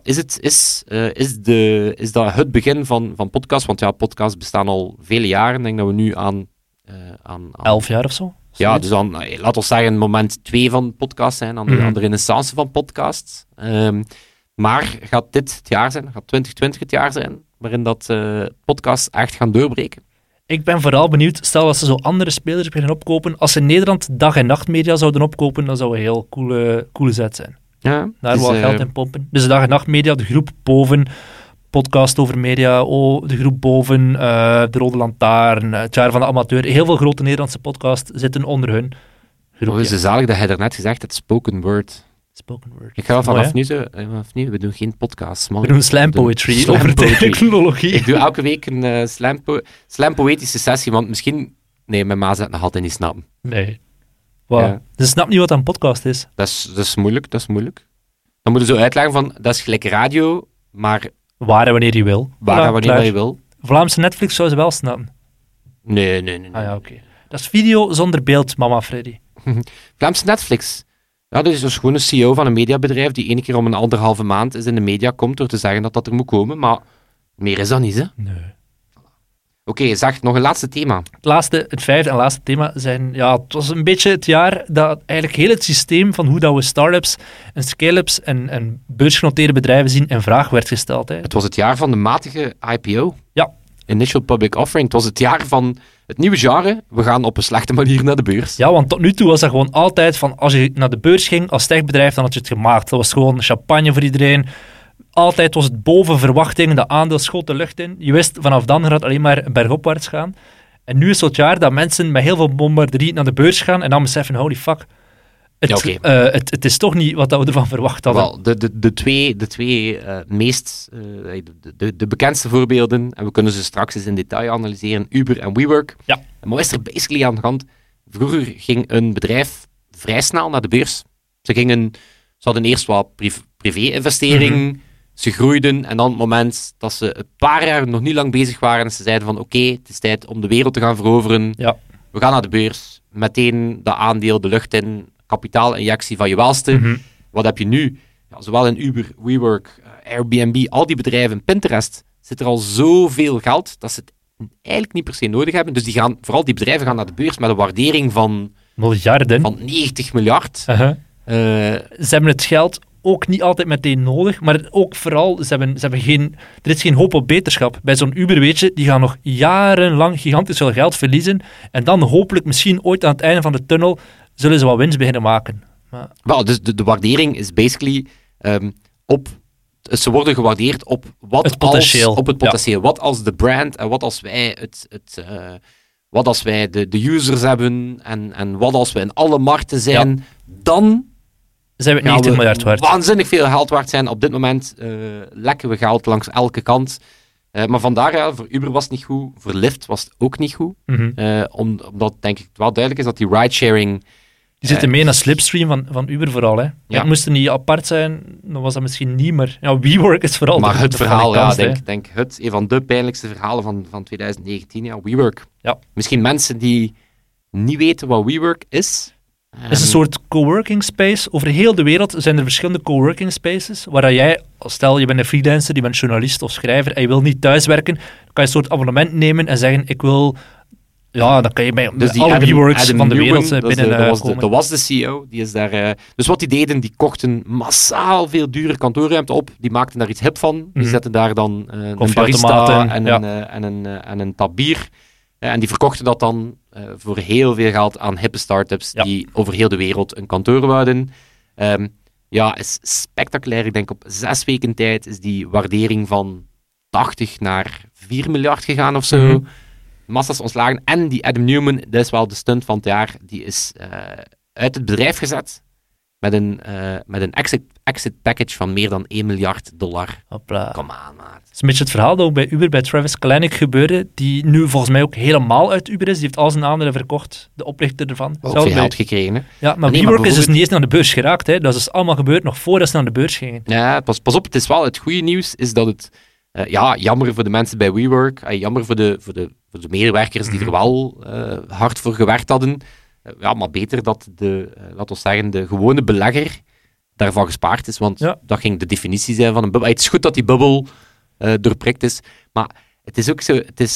is dat het begin van podcast? Want ja, podcasts bestaan al vele jaren. Ik denk dat we nu aan 11 jaar of zo? Ja, dus dan, laten we zeggen, moment 2 van podcasts zijn, aan de renaissance van podcasts. Maar gaat dit het jaar zijn, gaat 2020 het jaar zijn, waarin dat podcasts echt gaan doorbreken? Ik ben vooral benieuwd, stel dat ze zo andere spelers beginnen opkopen. Als ze in Nederland dag- en nachtmedia zouden opkopen, dan zou een heel coole zet zijn. Ja, daar wel geld in pompen. Dus de dag- en nachtmedia, de groep boven, podcast over media, de groep boven, de Rode Lantaarn, het jaar van de amateur. Heel veel grote Nederlandse podcasts zitten onder hun groep. Het is zalig dat hij daarnet gezegd heeft, spoken word. Spoken word. Ik ga vanaf nu, we doen geen podcasts. We doen slam poetry over technologie. Ik doe elke week een slam poëtische sessie, want misschien... Nee, mijn ma zet nog altijd niet snappen. Nee. Wow. Ja. Ze snapt niet wat een podcast is. Dat is moeilijk. Dan moet je zo uitleggen van, dat is gelijk radio, maar... Waar en wanneer je wil. Wanneer je wil. Vlaamse Netflix zou ze wel snappen. Nee. Ah ja, oké. Dat is video zonder beeld, mama Freddy. Vlaamse Netflix. Ja, dat is dus gewoon een CEO van een mediabedrijf die 1 keer om een 1,5 maand in de media komt door te zeggen dat er moet komen, maar meer is dat niet, hè? Nee. Oké, zeg, nog een laatste thema. Het vijfde en laatste thema zijn... Ja, het was een beetje het jaar dat eigenlijk heel het systeem van hoe dat we start-ups en scale-ups en beursgenoteerde bedrijven zien in vraag werd gesteld. Hè. Het was het jaar van de matige IPO. Ja. initial public offering. Het was het jaar van het nieuwe genre. We gaan op een slechte manier naar de beurs. Ja, want tot nu toe was dat gewoon altijd van, als je naar de beurs ging als techbedrijf, dan had je het gemaakt. Dat was gewoon champagne voor iedereen. Altijd was het boven verwachting, de aandeel schoot de lucht in. Je wist, vanaf dan gaat het alleen maar bergopwaarts gaan. En nu is het jaar dat mensen met heel veel bombarderie naar de beurs gaan en dan beseffen, holy fuck, het is toch niet wat we ervan verwacht hadden. Wel, de twee meest... de bekendste voorbeelden, en we kunnen ze straks eens in detail analyseren, Uber en WeWork. Ja. En wat is er basically aan de hand? Vroeger ging een bedrijf vrij snel naar de beurs. Ze hadden eerst wat privé-investering, ze groeiden, en dan het moment dat ze een paar jaar nog niet lang bezig waren, en ze zeiden van oké, het is tijd om de wereld te gaan veroveren. Ja. We gaan naar de beurs, meteen dat aandeel de lucht in, kapitaalinjectie van je welste. Wat heb je nu? Ja, zowel in Uber, WeWork, Airbnb, al die bedrijven, Pinterest, zit er al zoveel geld dat ze het eigenlijk niet per se nodig hebben. Dus vooral die bedrijven gaan naar de beurs met een waardering van miljarden. Van 90 miljard. Ze hebben het geld ook niet altijd meteen nodig, maar ook vooral, er is geen hoop op beterschap. Bij zo'n Uber, weet je, die gaan nog jarenlang gigantisch veel geld verliezen en dan hopelijk misschien ooit aan het einde van de tunnel zullen ze wat winst beginnen maken. Maar... Well, dus de waardering is basically ze worden gewaardeerd op het potentieel. Ja. Wat als de brand en wat als wij wat als wij de users hebben en wat als we in alle markten zijn, dan zijn we 90 miljard waard. Waanzinnig veel geld waard zijn. Op dit moment lekken we geld langs elke kant. Maar vandaar, voor Uber was het niet goed. Voor Lyft was het ook niet goed. Omdat, denk ik, wel duidelijk is dat die ridesharing... Die zitten mee naar slipstream van Uber vooral. Hè. Ja. Het moest niet apart zijn, dan was dat misschien niet, maar WeWork is vooral... Maar het verhaal, denk een van de pijnlijkste verhalen van 2019, WeWork. Ja. Misschien mensen die niet weten wat WeWork is... Het is een soort coworking space. Over heel de wereld zijn er verschillende coworking spaces, waar jij, stel je bent een freelancer, je bent journalist of schrijver en je wil niet thuiswerken, dan kan je een soort abonnement nemen en zeggen, ik wil... Ja, dan kan je bij dus alle WeWorks van de wereld binnen dat was de CEO. Die is daar, dus wat die deden, die kochten massaal veel dure kantoorruimte op. Die maakten daar iets hip van. Die zetten daar dan een barista en een tab bier. En die verkochten dat dan voor heel veel geld aan hippe start-ups die over heel de wereld een kantoor wouden. Is spectaculair. Ik denk op 6 weken tijd is die waardering van 80 naar 4 miljard gegaan of zo. Massa's ontslagen. En die Adam Newman, dat is wel de stunt van het jaar, die is uit het bedrijf gezet met een exit package van meer dan $1 miljard. Hopla. Come on, maat. Dat is een beetje het verhaal dat ook bij Uber, bij Travis Kalanick gebeurde, die nu volgens mij ook helemaal uit Uber is. Die heeft al zijn aandelen verkocht, de oprichter ervan. Ook veel geld gekregen. Hè? Ja, maar WeWork is dus niet eens naar de beurs geraakt. Hè. Dat is allemaal gebeurd nog voordat ze naar de beurs gingen. Ja, pas op, het is wel het goede nieuws, is dat het... jammer voor de mensen bij WeWork, jammer voor de medewerkers die er wel hard voor gewerkt hadden. Maar beter dat laten we zeggen, de gewone belegger daarvan gespaard is, want dat ging de definitie zijn van een bubbel. Het is goed dat die bubbel doorprikt is, maar het is ook zo,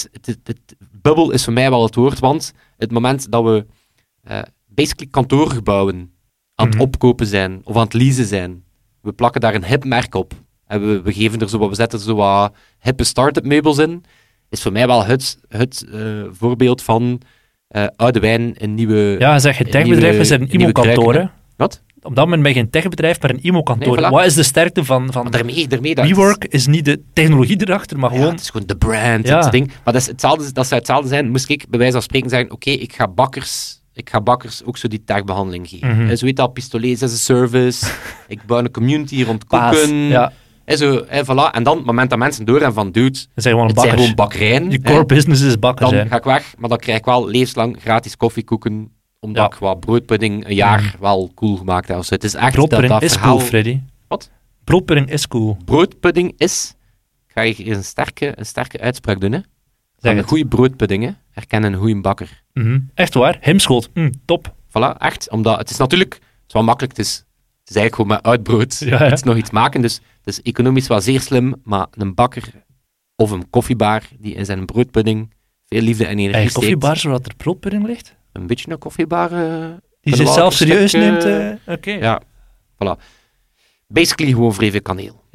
bubbel is voor mij wel het woord, want het moment dat we basically kantoorgebouwen aan het opkopen zijn, of aan het leasen zijn, we plakken daar een hip merk op, en we geven er we zetten er zo wat hippe start-up meubels in, is voor mij wel het voorbeeld van oude wijn in nieuwe... Ja, zeg je techbedrijf is een IMO-kantoor, hè? Wat? Op dat moment ben je een techbedrijf, maar een IMO-kantoor. Nee, voilà. Wat is de sterkte van daarmee, WeWork is niet de technologie erachter, maar gewoon... het is gewoon de brand, het ding. Maar dat zou hetzelfde zijn, moest ik bij wijze van spreken zeggen, oké, ik ga bakkers ook zo die tagbehandeling geven. Zo heet dat, pistolets as a service, ik bouw een community rond koeken... Voilà. En dan, het moment dat mensen doorgaan van, dude, het zijn gewoon bakkerijen. Je core business is bakken zijn. Dan ga ik weg, maar dan krijg ik wel levenslang gratis koffiekoeken, omdat ik wat broodpudding een jaar wel cool gemaakt heb. Het is echt broodpudding is cool, Freddy. Wat? Broodpudding is cool. Broodpudding is... Ga je hier een sterke uitspraak doen, hè? Een goede broodpudding, hè? Herken een goede bakker. Echt waar, hemschoot. Top. Voilà, echt. Omdat het is natuurlijk... Het is wel makkelijk, het is eigenlijk gewoon met oud brood nog iets maken, dus het is economisch wel zeer slim, maar een bakker of een koffiebar die in zijn broodpudding veel liefde en energie steekt. Een koffiebar zodat er broodpudding ligt? Een beetje een koffiebar. Die zichzelf serieus neemt? Oké. Ja, voilà. Basically gewoon vrij veel kaneel. Ja.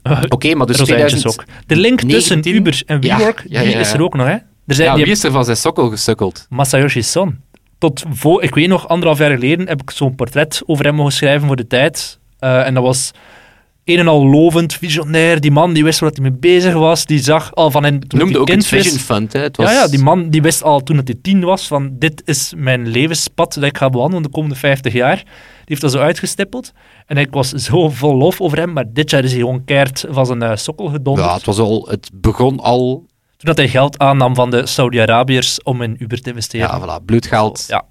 Oké, maar dus rozijntjes ook. De link tussen Uber en WeWork, die is er ook nog, hè? Wie is er van zijn sokkel gesukkeld? Masayoshi Son. Ik weet nog, 1,5 jaar geleden heb ik zo'n portret over hem mogen schrijven voor de tijd. En dat was een en al lovend, visionair. Die man die wist waar hij mee bezig was. Die zag al van... Noemde ook het Vision Fund, hè? Het was... Ja, die man die wist al toen hij 10 was van dit is mijn levenspad dat ik ga bewandelen de komende 50 jaar. Die heeft dat zo uitgestippeld. En ik was zo vol lof over hem, maar dit jaar is hij gewoon keihard van zijn sokkel gedonderd. Ja, het begon al... Toen hij geld aannam van de Saudi-Arabiërs om in Uber te investeren. Ja, voilà, bloedgeld. Ja.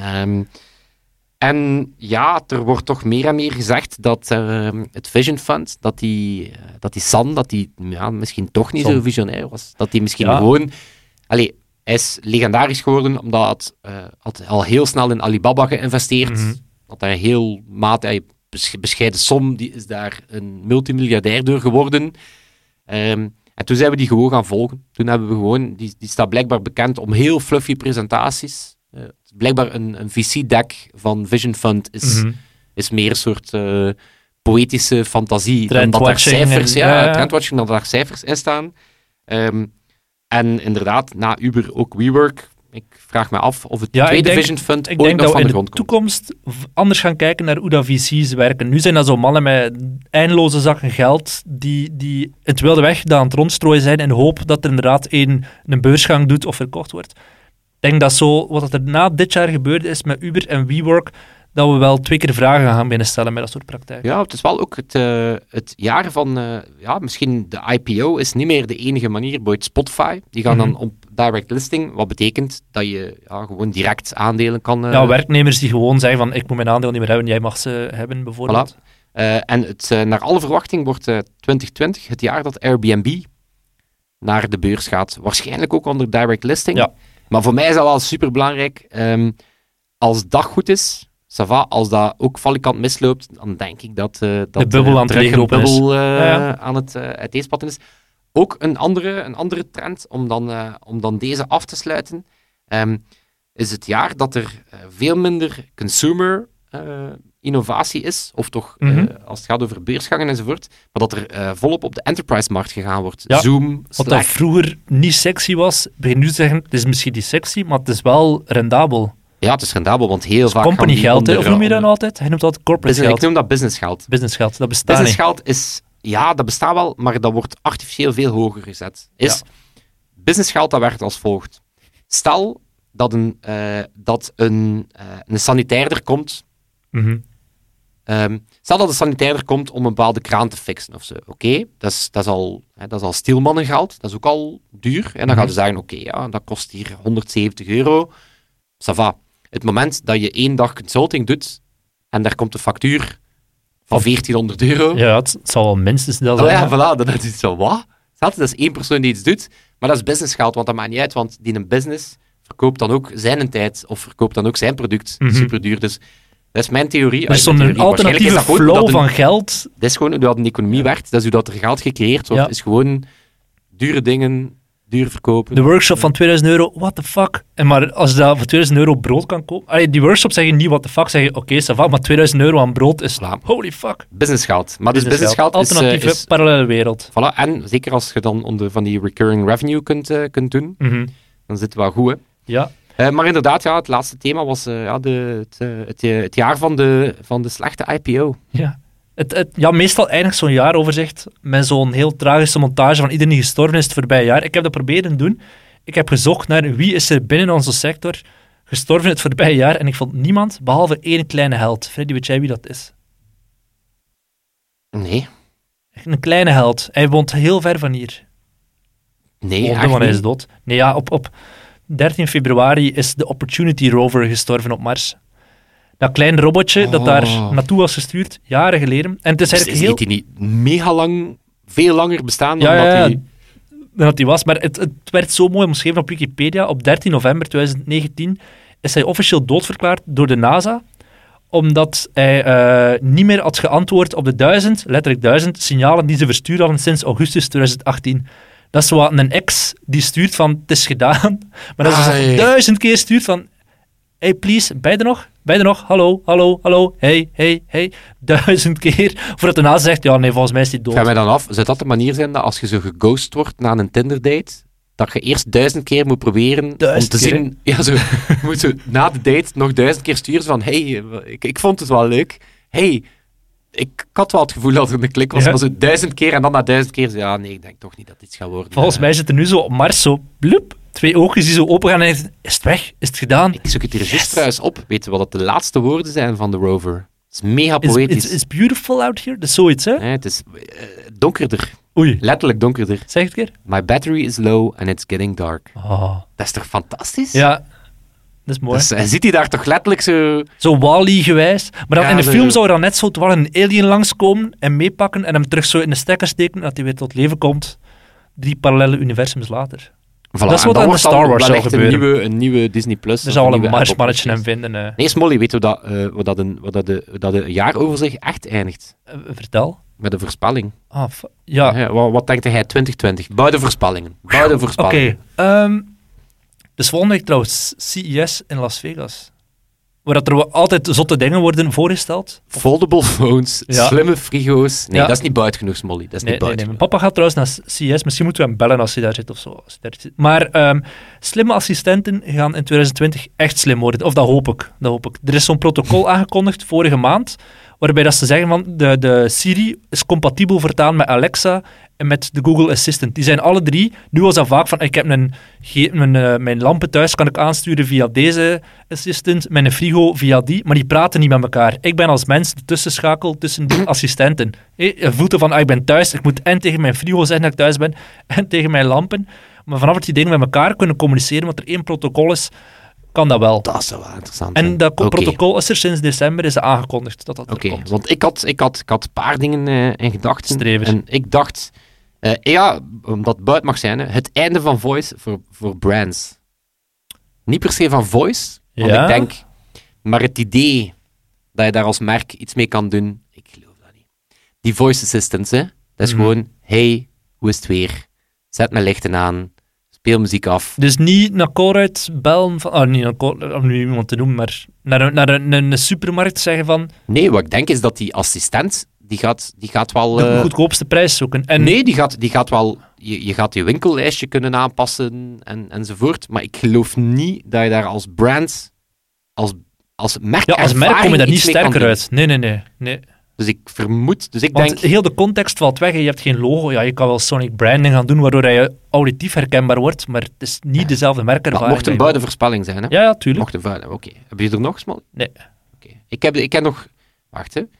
En ja, er wordt toch meer en meer gezegd dat het Vision Fund, dat die San, dat die misschien toch niet zo visionair was. Dat die misschien gewoon... Allee, hij is legendarisch geworden omdat had al heel snel in Alibaba geïnvesteerd. Had daar heel bescheiden som, die is daar een multimiljardair door geworden. En toen zijn we die gewoon gaan volgen. Toen hebben we gewoon... Die staat blijkbaar bekend om heel fluffy presentaties. Blijkbaar een VC-deck van Vision Fund is meer een soort poëtische fantasie dan dat daar cijfers... trendwatching, dan dat daar cijfers in staan. En inderdaad, na Uber ook WeWork. Ik vraag me af of het tweede Vision Fund ooit nog van de grond komt. Ik denk dat we in de toekomst anders gaan kijken naar hoe dat VC's werken. Nu zijn dat zo mannen met eindeloze zakken geld die het wilde weg aan het rondstrooien zijn in de hoop dat er inderdaad een beursgang doet of verkocht wordt. Ik denk dat wat er na dit jaar gebeurd is met Uber en WeWork, dat we wel 2 keer vragen gaan binnenstellen met dat soort praktijken. Ja, het is wel ook het jaar van... misschien de IPO is niet meer de enige manier. Bijvoorbeeld Spotify, die gaan dan op direct listing, wat betekent dat je gewoon direct aandelen kan... werknemers die gewoon zeggen van, ik moet mijn aandeel niet meer hebben, jij mag ze hebben, bijvoorbeeld. Voilà. En naar alle verwachting wordt 2020 het jaar dat Airbnb naar de beurs gaat. Waarschijnlijk ook onder direct listing. Ja. Maar voor mij is dat wel superbelangrijk. Als het dag goed is... Ça va, als dat ook valikant misloopt, dan denk ik dat de bubbel aan het leeglopen is. Aan het uiteenspatten is. Ook een andere trend, om dan deze af te sluiten, is het jaar dat er veel minder consumer innovatie is, of toch als het gaat over beursgangen enzovoort, maar dat er volop op de enterprise-markt gegaan wordt. Ja, Zoom, Slack. Wat dat vroeger niet sexy was, begin nu te zeggen, het is misschien niet sexy, maar het is wel rendabel. Ja, het is rendabel, want heel vaak... Company geld, of noem je dat altijd? Hij noemt dat corporate geld. Ik noem dat business geld. Business geld, dat bestaat niet. Business geld is... Ja, dat bestaat wel, maar dat wordt artificieel veel hoger gezet. Business geld, dat werkt als volgt. Stel dat een sanitairder komt... Stel dat een sanitairder komt om een bepaalde kraan te fixen of zo. Oké, dat is al stielmannengeld. Dat is ook al duur. En dan gaan ze zeggen, oké, dat kost hier €170. Ça va. Het moment dat je 1 dag consulting doet en daar komt een factuur van €1400. Ja, het zal wel minstens dat zijn. Ja, voilà, dan is het zo, wat? Dat is 1 persoon die iets doet, maar dat is businessgeld, want dat maakt niet uit, want die een business verkoopt dan ook zijn tijd, of verkoopt dan ook zijn product, super duur. Dus dat is mijn theorie. Er is zo'n alternatieve flow van geld. Dat is gewoon hoe dat een economie werkt, dat is hoe dat er geld gecreëerd wordt, is gewoon dure dingen... duur verkopen. De workshop van €2000, what the fuck? Maar als je dat voor €2000 brood kan kopen... Die workshops zeggen niet what the fuck, zeggen oké, ça va, maar €2000 aan brood is holy fuck. Business geld. Maar dus business geld alternatieve parallele wereld. Voilà, en zeker als je dan onder van die recurring revenue kunt doen, dan zit het wel goed, hè. Ja. Maar inderdaad, het laatste thema was het jaar van de slechte IPO. Ja. Meestal eindigt zo'n jaaroverzicht met zo'n heel tragische montage van iedereen die gestorven is het voorbije jaar. Ik heb dat proberen doen. Ik heb gezocht naar wie is er binnen onze sector gestorven het voorbije jaar en ik vond niemand, behalve 1 kleine held. Freddy, weet jij wie dat is? Nee. Een kleine held. Hij woont heel ver van hier. Nee, echt hij is dood. Nee, ja, op 13 februari is de Opportunity Rover gestorven op Mars. Dat kleine robotje dat daar naartoe was gestuurd, jaren geleden. En het is eigenlijk heeft hij niet mega lang, veel langer bestaan dan dat hij was. Maar het werd zo mooi omschreven op Wikipedia. Op 13 november 2019 is hij officieel doodverklaard door de NASA, omdat hij niet meer had geantwoord op de 1000 signalen die ze verstuurd hadden sinds augustus 2018. Dat is wat een ex die stuurt van, het is gedaan. Maar dat is 1000 keer stuurt van... Hey, please, bij je nog? Hallo, hey. 1000 keer. Voordat daarna zegt, ja, nee, volgens mij is die dood. Ga mij dan af, zou dat de manier zijn dat als je zo geghost wordt na een Tinder-date, dat je eerst 1000 keer moet proberen om te zien... Ja, zo, je moet zo na de date nog 1000 keer sturen van, hey, ik vond het wel leuk. Hey, ik had wel het gevoel dat er een klik was, maar zo 1000 keer en dan na 1000 keer, ja, nee, ik denk toch niet dat dit gaat worden. Volgens mij zit er nu zo op Mars zo, bloep, 2 oogjes die zo open gaan en is het weg? Is het gedaan? Ik zoek het hier juist trouwens op. Weet je wat de laatste woorden zijn van de rover? Het is mega poëtisch. It's beautiful out here? Dat is zoiets, hè? Nee, het is donkerder. Oei. Letterlijk donkerder. Zeg het een keer. My battery is low and it's getting dark. Oh. Dat is toch fantastisch? Ja. Dat is mooi. Dus, hij ziet hij daar toch letterlijk zo... Zo Wall-E-gewijs. Maar dan in de film zou er dan net zo terwijl een alien langskomen en meepakken en hem terug zo in de stekker steken dat hij weer tot leven komt 3 parallele universums later. Voilà, dat is wat aan de Star Wars zou gebeuren. Een nieuwe Disney Plus. Er zou wel een Marsmannetje hem vinden. Nee, Smolly, weet je wat dat een jaaroverzicht echt eindigt? Vertel. Met een voorspelling. Ja. Wat denkt hij 2020? Buiten voorspellingen. Oké. Dus volgende week trouwens CES in Las Vegas. Waar er altijd zotte dingen worden voorgesteld. Foldable phones, slimme frigo's. Nee, dat is niet buiten genoeg, Smolly. Dat is niet buiten. Nee. Mijn papa gaat trouwens naar CES. Misschien moeten we hem bellen als hij daar zit of zo. Maar slimme assistenten gaan in 2020 echt slim worden. Of dat hoop ik. Er is zo'n protocol aangekondigd vorige maand, waarbij dat ze zeggen van de Siri is compatibel voortaan met Alexa en met de Google Assistant. Die zijn alle 3. Nu was dat vaak van, ik heb mijn lampen thuis, kan ik aansturen via deze assistant, mijn frigo via die, maar die praten niet met elkaar. Ik ben als mens de tussenschakel tussen die assistenten. Je voelt ervan, ik ben thuis, ik moet en tegen mijn frigo zeggen dat ik thuis ben, en tegen mijn lampen. Maar vanaf dat die dingen met elkaar kunnen communiceren, want er 1 protocol is, kan dat wel. Dat is wel interessant. En dat protocol is er sinds december, is aangekondigd dat er komt. Want ik had een paar dingen in gedachten. Strever. En ik dacht, omdat het buiten mag zijn, het einde van voice voor brands. Niet per se van voice, want ik denk, maar het idee dat je daar als merk iets mee kan doen, ik geloof dat niet. Die voice assistants, dat is gewoon, hey, hoe is het weer? Zet mijn lichten aan. Speel muziek af. Dus niet naar Colruyt bellen van... niet om nu iemand te noemen, maar naar een supermarkt zeggen van... Nee, wat ik denk is dat die assistent, die gaat wel... de goedkoopste prijs zoeken. En... Nee, die gaat wel... Je gaat je winkellijstje kunnen aanpassen enzovoort, maar ik geloof niet dat je daar als brand, als merk... Ja, als merk kom je daar niet sterker uit. Nee. Dus ik vermoed... Want heel de context valt weg en je hebt geen logo. Ja, je kan wel sonic branding gaan doen, waardoor je auditief herkenbaar wordt, maar het is niet dezelfde merkervaring. Dat mocht een buitenvoorspelling zijn, hè? Ja, tuurlijk. Mocht een buiten... Oké. Heb je er nog, Smol? Nee. Oké. Ik heb nog... Wacht, hè.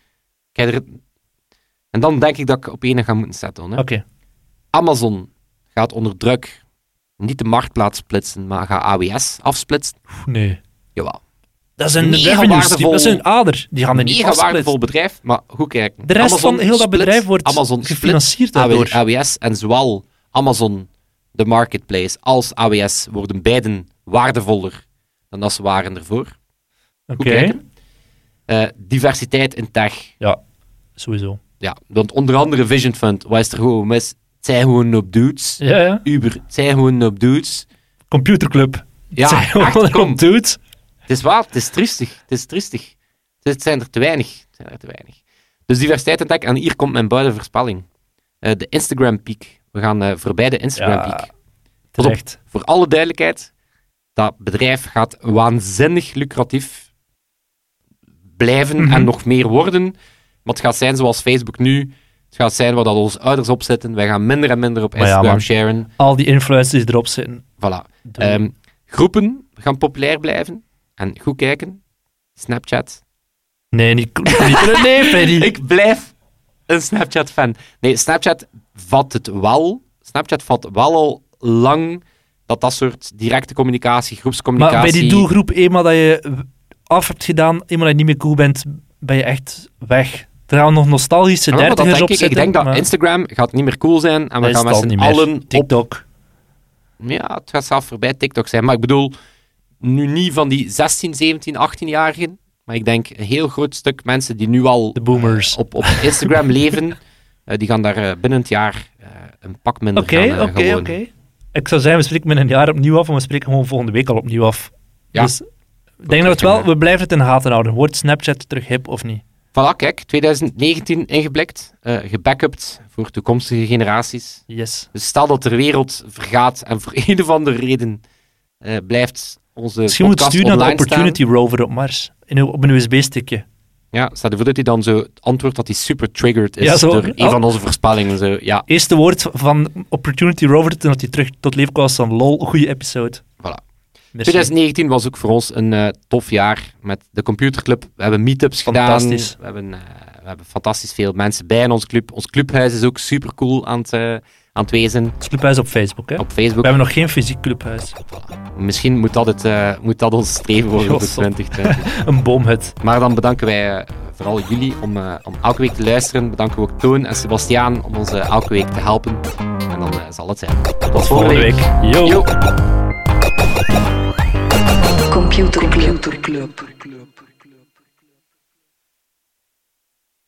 En dan denk ik dat ik op ene ga moeten zetten, hè. Oké. Amazon gaat onder druk niet de marktplaats splitsen, maar gaat AWS afsplitsen. Nee. Jawel. Dat is een revenue stream, dat is een ader. Die gaan er niet afsplitsen. Mega waardevol bedrijf, maar goed kijken. De rest van heel dat bedrijf wordt gefinancierd daardoor. AWS en zowel Amazon, de marketplace, als AWS worden beiden waardevoller dan dat ze waren ervoor. Oké. Diversiteit in tech. Ja, sowieso. Ja, want onder andere Vision Fund, wat is er gewoon mis? Het zijn gewoon op dudes. Ja. Uber, het zijn gewoon op dudes. Computerclub. Ja, echt, kom. Dudes. Het is waar, het is triestig. Het zijn er te weinig. Dus diversiteit in tech, en hier komt mijn buitenvoorspelling. De Instagram-piek. We gaan voorbij de Instagram-piek. Terecht. Voor alle duidelijkheid, dat bedrijf gaat waanzinnig lucratief blijven en nog meer worden. Maar het gaat zijn zoals Facebook nu. Het gaat zijn waar dat onze ouders op zitten. Wij gaan minder en minder op Instagram sharen. Al die influencers die erop zitten. Voilà. Groepen gaan populair blijven. En goed kijken. Snapchat. Nee, niet Freddy. Ik blijf een Snapchat-fan. Nee, Snapchat vat wel al lang dat soort directe communicatie, groepscommunicatie... Maar bij die doelgroep, eenmaal dat je af hebt gedaan, eenmaal dat je niet meer cool bent, ben je echt weg. Er gaan nog nostalgische dertigers op zitten. Ik denk dat Instagram gaat niet meer cool zijn en we gaan met z'n allen TikTok. Ja, het gaat zelf voorbij TikTok zijn, maar ik bedoel... Nu niet van die 16, 17, 18-jarigen, maar ik denk een heel groot stuk mensen die nu al de boomers op Instagram leven, die gaan daar binnen het jaar een pak minder gaan wonen. Oké. Ik zou zeggen, we spreken binnen een jaar opnieuw af, en we spreken gewoon volgende week al opnieuw af. Ja. Dus Ik denk dat we blijven het in de gaten houden. Wordt Snapchat terug hip of niet? Voilà, kijk, 2019 ingeblikt, gebackupt voor toekomstige generaties. Yes. Dus stel dat de wereld vergaat en voor een of andere reden blijft onze misschien moet sturen naar de Opportunity staan. Rover op Mars, op een USB-stickje. Ja, stel ervoor dat hij dan zo antwoordt dat hij super triggered is door een van onze voorspellingen. Zo. Ja. Eerste woord van Opportunity Rover toen hij terug tot leven kwam van lol, goede episode. Voilà. Merci. 2019 was ook voor ons een tof jaar met de Computerclub. We hebben meetups gedaan. We hebben fantastisch veel mensen bij in onze club. Ons clubhuis is ook super cool aan het wezen. Het clubhuis op Facebook, hè? Op Facebook. We hebben nog geen fysiek clubhuis. Misschien moet dat ons streven worden voor 2020. Een boomhut. Maar dan bedanken wij vooral jullie om elke week te luisteren. Bedanken we ook Toon en Sebastiaan om ons elke week te helpen. En dan zal het zijn. Tot volgende week. Yo. Computer Club.